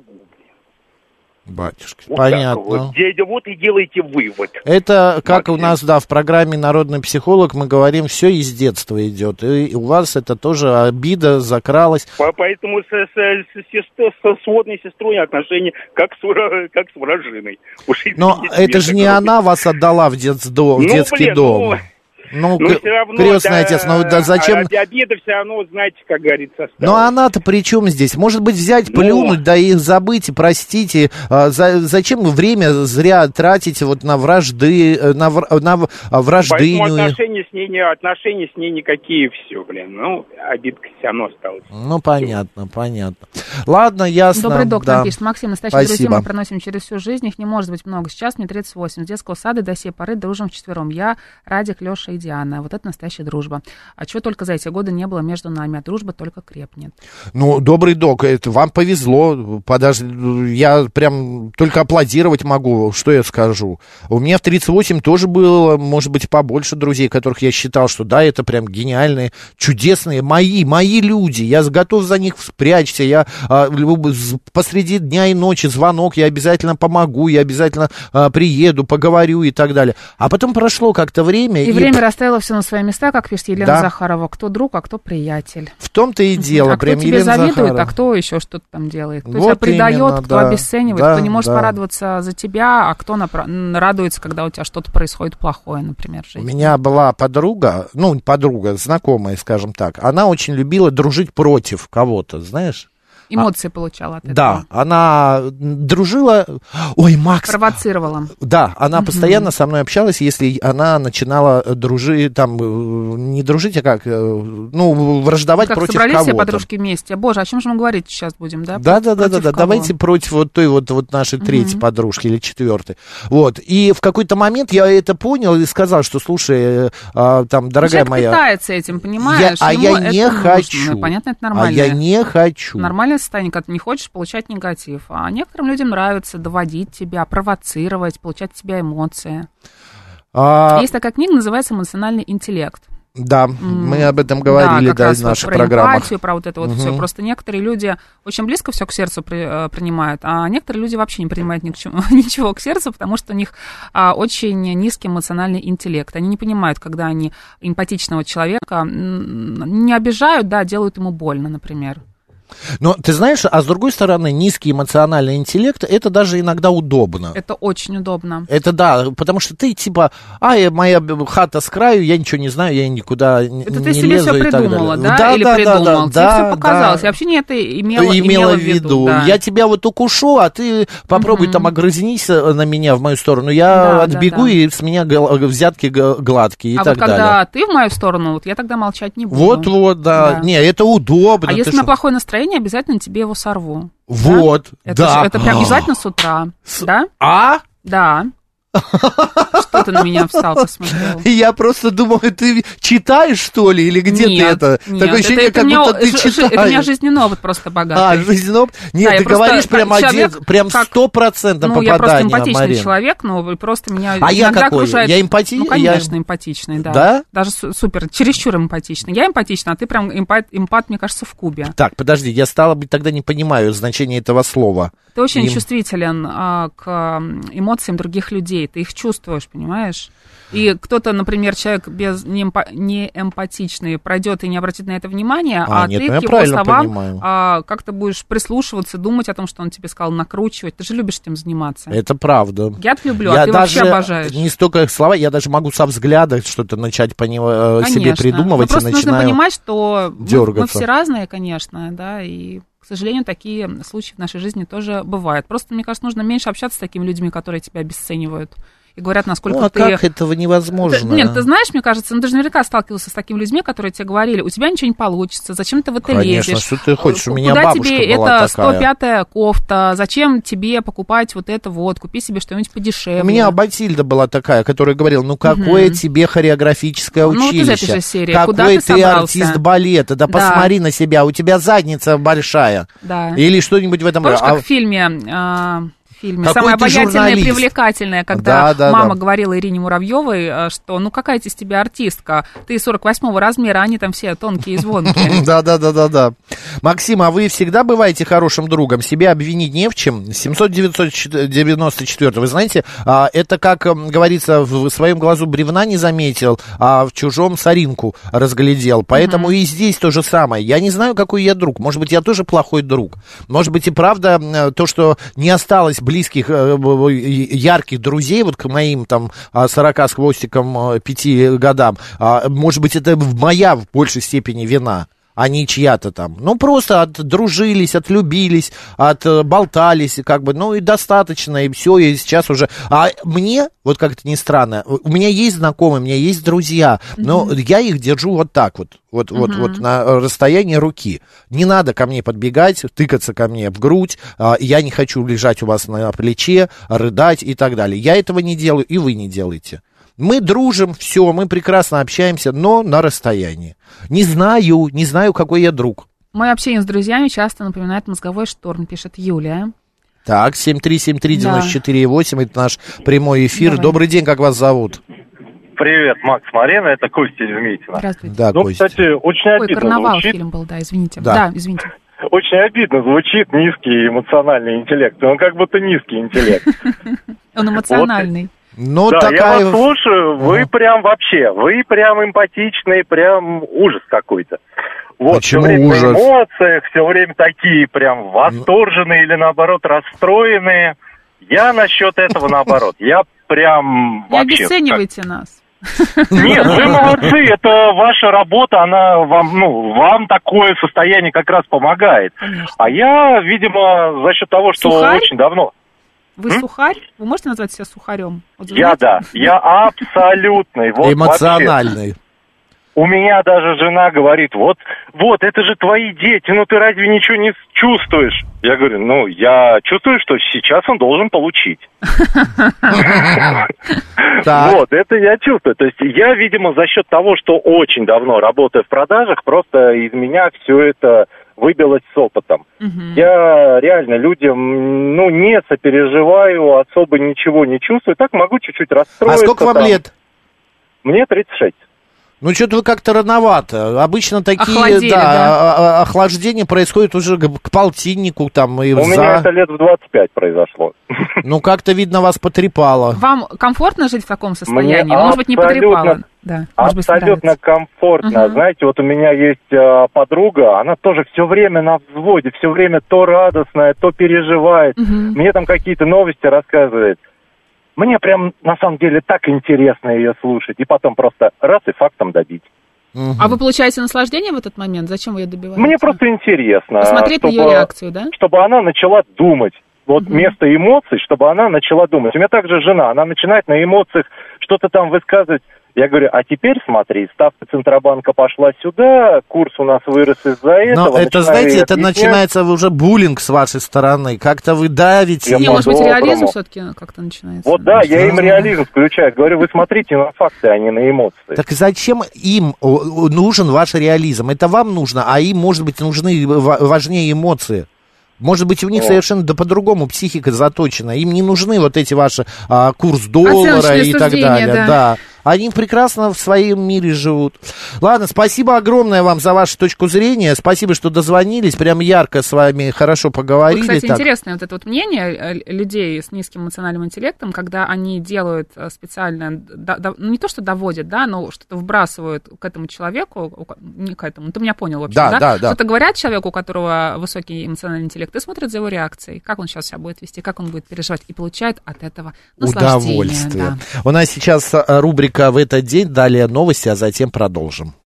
Speaker 4: Батюшки,
Speaker 10: Вот
Speaker 4: понятно.
Speaker 10: Вот. Дядя, вот и делайте вывод.
Speaker 4: Это, как
Speaker 10: Максим.
Speaker 4: у нас, да, в программе «Народный психолог» мы говорим, все из детства идет. И у вас это тоже обида закралась.
Speaker 10: Поэтому с, с, с, сестр, со сводной сестрой отношения как с, как с вражиной. Уж
Speaker 4: Но это же не
Speaker 10: грубо.
Speaker 4: Она вас отдала в, детдом, в
Speaker 10: ну,
Speaker 4: детский
Speaker 10: блин,
Speaker 4: дом.
Speaker 10: Ну...
Speaker 4: Ну,
Speaker 10: ну, все равно,
Speaker 4: крестный
Speaker 10: да,
Speaker 4: отец, ну да зачем...
Speaker 10: Обида все равно, знаете, как говорится, осталась.
Speaker 4: Ну, она-то при чем здесь? Может быть, взять, плюнуть, ну... да и забыть, и простить. И, а, за, зачем время зря тратить вот на вражды, на, на враждыню?
Speaker 10: Поэтому отношения с ней, не, отношения с ней никакие, все, блин. Ну, обидка все равно осталась.
Speaker 4: Ну, понятно, понятно. Ладно, ясно.
Speaker 2: Добрый доктор
Speaker 4: да.
Speaker 2: пишет. Максим, настоящие друзья мы проносим через всю жизнь, их не может быть много. Сейчас мне тридцать восемь. С детского сада до сей поры дружим вчетвером. Я, Радик, Леша и Диана. Вот это настоящая дружба. А чего только за эти годы не было между нами, а дружба только крепнет.
Speaker 4: Ну, добрый док, это вам повезло. Подожди, я прям только аплодировать могу, что я скажу. У меня в тридцать восемь тоже было, может быть, побольше друзей, которых я считал, что да, это прям гениальные, чудесные, мои, мои люди. Я готов за них спрячься. Я а, посреди дня и ночи звонок, я обязательно помогу, я обязательно а, приеду, поговорю и так далее. А потом прошло как-то время.
Speaker 2: И, и... время расставило все на свои места, как пишет Елена
Speaker 4: да.
Speaker 2: Захарова. Кто друг, а кто приятель.
Speaker 4: В том-то и дело.
Speaker 2: А
Speaker 4: прям
Speaker 2: кто тебе
Speaker 4: Елена
Speaker 2: завидует,
Speaker 4: Захарова.
Speaker 2: а кто еще что-то там делает. Кто
Speaker 4: вот
Speaker 2: тебя предает,
Speaker 4: именно,
Speaker 2: кто
Speaker 4: да.
Speaker 2: обесценивает,
Speaker 4: да,
Speaker 2: кто не может
Speaker 4: да.
Speaker 2: порадоваться за тебя, а кто напра- радуется, когда у тебя что-то происходит плохое, например, в жизни.
Speaker 4: У меня была подруга, ну, подруга, знакомая, скажем так. Она очень любила дружить против кого-то, знаешь?
Speaker 2: Эмоции а, получала от этого.
Speaker 4: Да, она дружила... Ой, Макс...
Speaker 2: Провоцировала.
Speaker 4: Да, она
Speaker 2: угу.
Speaker 4: постоянно со мной общалась, если она начинала дружить, там, не дружить, а как, ну, враждовать
Speaker 2: как
Speaker 4: против
Speaker 2: собрались
Speaker 4: кого-то.
Speaker 2: все подружки вместе. Боже, о чем же мы говорить сейчас будем, да?
Speaker 4: Да, да, да, да, да.
Speaker 2: Кого?
Speaker 4: Давайте против вот той вот, вот нашей третьей угу. подружки или четвертой. Вот. И в какой-то момент я это понял и сказал, что, слушай, а, там, дорогая
Speaker 2: человек
Speaker 4: моя...
Speaker 2: питается этим, понимаешь?
Speaker 4: Я, а
Speaker 2: Ему
Speaker 4: я не
Speaker 2: это
Speaker 4: хочу.
Speaker 2: Нужно. Понятно, это нормально.
Speaker 4: А я не хочу.
Speaker 2: Нормальное состояние, когда ты не хочешь получать негатив. А некоторым людям нравится доводить тебя, провоцировать, получать от тебя эмоции. А... Есть такая книга, называется «Эмоциональный интеллект».
Speaker 4: Да, мы об этом говорили, да, да в наших
Speaker 2: вот про
Speaker 4: программах.
Speaker 2: Про эмпатию, про вот это вот угу. все. Просто некоторые люди очень близко все к сердцу при, принимают, а некоторые люди вообще не принимают ни к чему, ничего к сердцу, потому что у них а, очень низкий эмоциональный интеллект. Они не понимают, когда они эмпатичного человека не обижают, да, делают ему больно, например.
Speaker 4: Но ты знаешь, а с другой стороны, низкий эмоциональный интеллект, это даже иногда удобно.
Speaker 2: Это очень удобно.
Speaker 4: Это да, потому что ты типа, а, моя хата с краю, я ничего не знаю, я никуда не лезу.
Speaker 2: Это ты себе все придумала, да?
Speaker 4: да?
Speaker 2: Или
Speaker 4: да,
Speaker 2: придумал?
Speaker 4: Да,
Speaker 2: Тебе
Speaker 4: да,
Speaker 2: все показалось.
Speaker 4: да.
Speaker 2: Я вообще не это имела, имела,
Speaker 4: имела в
Speaker 2: виду.
Speaker 4: виду.
Speaker 2: Да.
Speaker 4: Я тебя вот укушу, а ты попробуй mm-hmm. там огрызнись на меня в мою сторону. Я да, отбегу, да, да. и с меня взятки гладкие и
Speaker 2: а
Speaker 4: так
Speaker 2: вот
Speaker 4: далее.
Speaker 2: А вот когда ты в мою сторону, вот я тогда молчать не буду.
Speaker 4: Вот-вот, да. да. Не, это удобно.
Speaker 2: А если у меня
Speaker 4: шо?
Speaker 2: плохое настроение, обязательно тебе его сорву.
Speaker 4: Вот,
Speaker 2: да.
Speaker 4: да.
Speaker 2: Это, это прям обязательно с утра,
Speaker 4: с...
Speaker 2: да?
Speaker 4: А?
Speaker 2: Да. Что ты на меня встал, посмотрел?
Speaker 4: Я просто думал, ты читаешь, что ли, или где
Speaker 2: нет,
Speaker 4: ты это?
Speaker 2: Нет,
Speaker 4: Такое ощущение,
Speaker 2: это, это
Speaker 4: как
Speaker 2: меня,
Speaker 4: будто ты
Speaker 2: ж,
Speaker 4: читаешь.
Speaker 2: Это у меня жизненный опыт просто богатый.
Speaker 4: А, жизненный опыт? Нет,
Speaker 2: да,
Speaker 4: ты говоришь прям один, прям сто процентов
Speaker 2: ну,
Speaker 4: попадание,
Speaker 2: я просто эмпатичный
Speaker 4: Марин.
Speaker 2: человек, но просто меня
Speaker 4: а я какой?
Speaker 2: окружает...
Speaker 4: Я эмпатичный?
Speaker 2: Ну, конечно, я... эмпатичный, да.
Speaker 4: Да?
Speaker 2: Даже супер, чересчур эмпатичный. Я эмпатична, а ты прям эмпат, эмпат, мне кажется, в кубе.
Speaker 4: Так, подожди, я, стало быть, тогда не понимаю значение этого слова.
Speaker 2: Ты очень
Speaker 4: Им...
Speaker 2: чувствителен а, к эмоциям других людей, ты их чувствуешь, понимаешь? И кто-то, например, человек без неэмпа- неэмпатичный пройдет и не обратит на это внимания, а, а нет, ты ну, к его словам а, как-то будешь прислушиваться, думать о том, что он тебе сказал, накручивать. Ты же любишь этим заниматься.
Speaker 4: Это правда.
Speaker 2: Я-то люблю,
Speaker 4: я
Speaker 2: а ты
Speaker 4: даже
Speaker 2: вообще обожаешь.
Speaker 4: Не столько их слова, я даже могу со взгляда что-то начать по него, себе придумывать.
Speaker 2: Но просто
Speaker 4: и начинаю
Speaker 2: нужно понимать, что мы, мы все разные, конечно, да, и... К сожалению, такие случаи в нашей жизни тоже бывают. Просто, мне кажется, нужно меньше общаться с такими людьми, которые тебя обесценивают. И говорят, насколько
Speaker 4: ну, а
Speaker 2: ты...
Speaker 4: как этого невозможно?
Speaker 2: Ты, нет, ты знаешь, мне кажется, ну ты же наверняка сталкивался с такими людьми, которые тебе говорили, у тебя ничего не получится, зачем ты в это
Speaker 4: Конечно,
Speaker 2: лезешь?
Speaker 4: что ты хочешь, у меня
Speaker 2: Куда
Speaker 4: бабушка
Speaker 2: тебе
Speaker 4: была
Speaker 2: это
Speaker 4: такая.
Speaker 2: сто пятая кофта, зачем тебе покупать вот это вот, купи себе что-нибудь подешевле.
Speaker 4: У меня Батильда была такая, которая говорила, ну какое угу. тебе хореографическое училище?
Speaker 2: Ну вот из этой же серии.
Speaker 4: Какой
Speaker 2: Куда ты,
Speaker 4: ты артист балета, да, да посмотри на себя, у тебя задница большая.
Speaker 2: Да.
Speaker 4: Или что-нибудь в этом.
Speaker 2: Помнишь,
Speaker 4: а...
Speaker 2: как в фильме... А... фильме.
Speaker 4: Какой
Speaker 2: Самое обаятельное и
Speaker 4: журналист.
Speaker 2: привлекательное, когда
Speaker 4: да, да,
Speaker 2: мама
Speaker 4: да.
Speaker 2: говорила Ирине Муравьевой, что ну какая из тебя артистка, ты сорок восьмого размера, они там все тонкие и звонкие.
Speaker 4: Да, да, да, да, да. Максим, а вы всегда бываете хорошим другом? Себя обвинить не в чем? семьсот девятьсот девяносто четыре. Вы знаете, это, как говорится, в своем глазу бревна не заметил, а в чужом соринку разглядел. Поэтому и здесь то же самое. Я не знаю, какой я друг. Может быть, я тоже плохой друг. Может быть, и правда то, что не осталось близких, ярких друзей, вот к моим там сорока с хвостиком пяти годам, может быть, это моя в большей степени вина, а не чья-то там. Ну, просто отдружились, отлюбились, отболтались, как бы, ну, и достаточно, и все, и сейчас уже... А мне, вот как это ни странно, у меня есть знакомые, у меня есть друзья, но mm-hmm. я их держу вот так вот, вот, mm-hmm. вот, вот на расстоянии руки. Не надо ко мне подбегать, тыкаться ко мне в грудь, я не хочу лежать у вас на плече, рыдать и так далее. Я этого не делаю, и вы не делаете. Мы дружим, все, мы прекрасно общаемся, но на расстоянии. Не знаю, не знаю, какой я друг.
Speaker 2: Мое общение с друзьями часто напоминает мозговой шторм, пишет Юлия.
Speaker 4: Так, семь три семь три девяносто четыре восемь, это наш прямой эфир. Давай. Добрый день, как вас зовут?
Speaker 11: Привет, Макс, Марина, это Костя из Митина.
Speaker 2: Здравствуйте.
Speaker 4: Да,
Speaker 11: ну,
Speaker 4: Костя.
Speaker 11: Кстати, очень
Speaker 2: Ой,
Speaker 11: обидно
Speaker 2: карнавал
Speaker 11: звучит.
Speaker 2: Фильм был, да, извините.
Speaker 4: Да,
Speaker 2: да извините.
Speaker 11: Очень обидно звучит низкий эмоциональный интеллект. Он как будто низкий интеллект.
Speaker 2: Он эмоциональный.
Speaker 4: Ну,
Speaker 11: да,
Speaker 4: такая...
Speaker 11: я вас слушаю, вы uh-huh. прям вообще, вы прям эмпатичные, прям ужас какой-то. Вот,
Speaker 4: Почему
Speaker 11: все время
Speaker 4: ужас?
Speaker 11: на эмоциях, все время такие прям восторженные или наоборот расстроенные. Я насчет этого наоборот, я прям
Speaker 2: Не
Speaker 11: вообще...
Speaker 2: обесценивайте нас.
Speaker 11: Нет, вы молодцы, это ваша работа, она вам, ну, вам такое состояние как раз помогает.
Speaker 2: Конечно.
Speaker 11: А я, видимо, за счет того, что
Speaker 2: Сухарь?
Speaker 11: очень давно...
Speaker 2: Вы М? сухарь? Вы можете назвать себя сухарем? Вот
Speaker 11: я, да, я абсолютный. Вот
Speaker 4: эмоциональный.
Speaker 11: Вообще. У меня даже жена говорит, вот, вот, это же твои дети, ну ты разве ничего не чувствуешь? Я говорю, ну, я чувствую, что сейчас он должен получить. Вот, это я чувствую. То есть я, видимо, за счет того, что очень давно работаю в продажах, просто из меня все это выбилось с опытом. Я реально людям, ну, не сопереживаю, особо ничего не чувствую. Так могу чуть-чуть расстроиться.
Speaker 4: А сколько вам
Speaker 11: там.
Speaker 4: лет?
Speaker 11: Мне тридцать шесть.
Speaker 4: Ну, что-то вы как-то рановато. Обычно такие,
Speaker 2: Охладели,
Speaker 4: да,
Speaker 2: да.
Speaker 4: охлаждения происходят уже к полтиннику там и
Speaker 11: У
Speaker 4: за...
Speaker 11: меня это лет в двадцать пять произошло.
Speaker 4: Ну, как-то, видно, вас потрепало.
Speaker 2: Вам комфортно жить в таком состоянии?
Speaker 11: Мне
Speaker 2: Может быть, не потрепало? Да, может быть,
Speaker 11: абсолютно
Speaker 2: нравится.
Speaker 11: комфортно.
Speaker 2: Угу.
Speaker 11: Знаете, вот у меня есть э, подруга, она тоже все время на взводе, все время то радостная, то переживает.
Speaker 2: Угу.
Speaker 11: Мне там какие-то новости рассказывает. Мне прям, на самом деле, так интересно ее слушать. И потом просто раз и фактом добить.
Speaker 4: Угу.
Speaker 2: А вы получаете наслаждение в этот момент? Зачем вы ее добиваете?
Speaker 11: Мне просто интересно.
Speaker 2: Посмотреть
Speaker 11: чтобы,
Speaker 2: на ее реакцию, да?
Speaker 11: Чтобы она начала думать. Вот
Speaker 2: Угу.
Speaker 11: вместо эмоций, чтобы она начала думать. У меня также жена, она начинает на эмоциях что-то там высказывать. Я говорю, а теперь смотри, ставка Центробанка пошла сюда, курс у нас вырос из-за этого.
Speaker 4: Но это, знаете, это
Speaker 11: объяснять.
Speaker 4: начинается уже буллинг с вашей стороны. Как-то вы давите.
Speaker 2: Не, может быть, реализм все-таки как-то начинается.
Speaker 11: Вот да, я им реализм включаю. Говорю, вы смотрите на факты, а не на эмоции.
Speaker 4: Так зачем им нужен ваш реализм? Это вам нужно, а им, может быть, нужны важнее эмоции. Может быть, у них
Speaker 11: О.
Speaker 4: совершенно да, по-другому психика заточена. Им не нужны вот эти ваши а, курс доллара и так далее.
Speaker 2: Да.
Speaker 4: Да. Они прекрасно в своем мире живут. Ладно, спасибо огромное вам за вашу точку зрения. Спасибо, что дозвонились. Прям ярко с вами хорошо поговорили.
Speaker 2: Вот, кстати,
Speaker 4: так.
Speaker 2: интересное вот это вот мнение людей с низким эмоциональным интеллектом, когда они делают специально, да, да, ну не то, что доводят, да, но что-то вбрасывают к этому человеку, не к этому, ты меня понял вообще,
Speaker 4: да?
Speaker 2: Да,
Speaker 4: да, да.
Speaker 2: Что-то говорят человеку, у которого высокий эмоциональный интеллект, и смотрят за его реакцией, как он сейчас себя будет вести, как он будет переживать, и получает от этого наслаждение.
Speaker 4: Удовольствие.
Speaker 2: Да.
Speaker 4: У нас сейчас рубрика «В этот день», далее новости, а затем продолжим.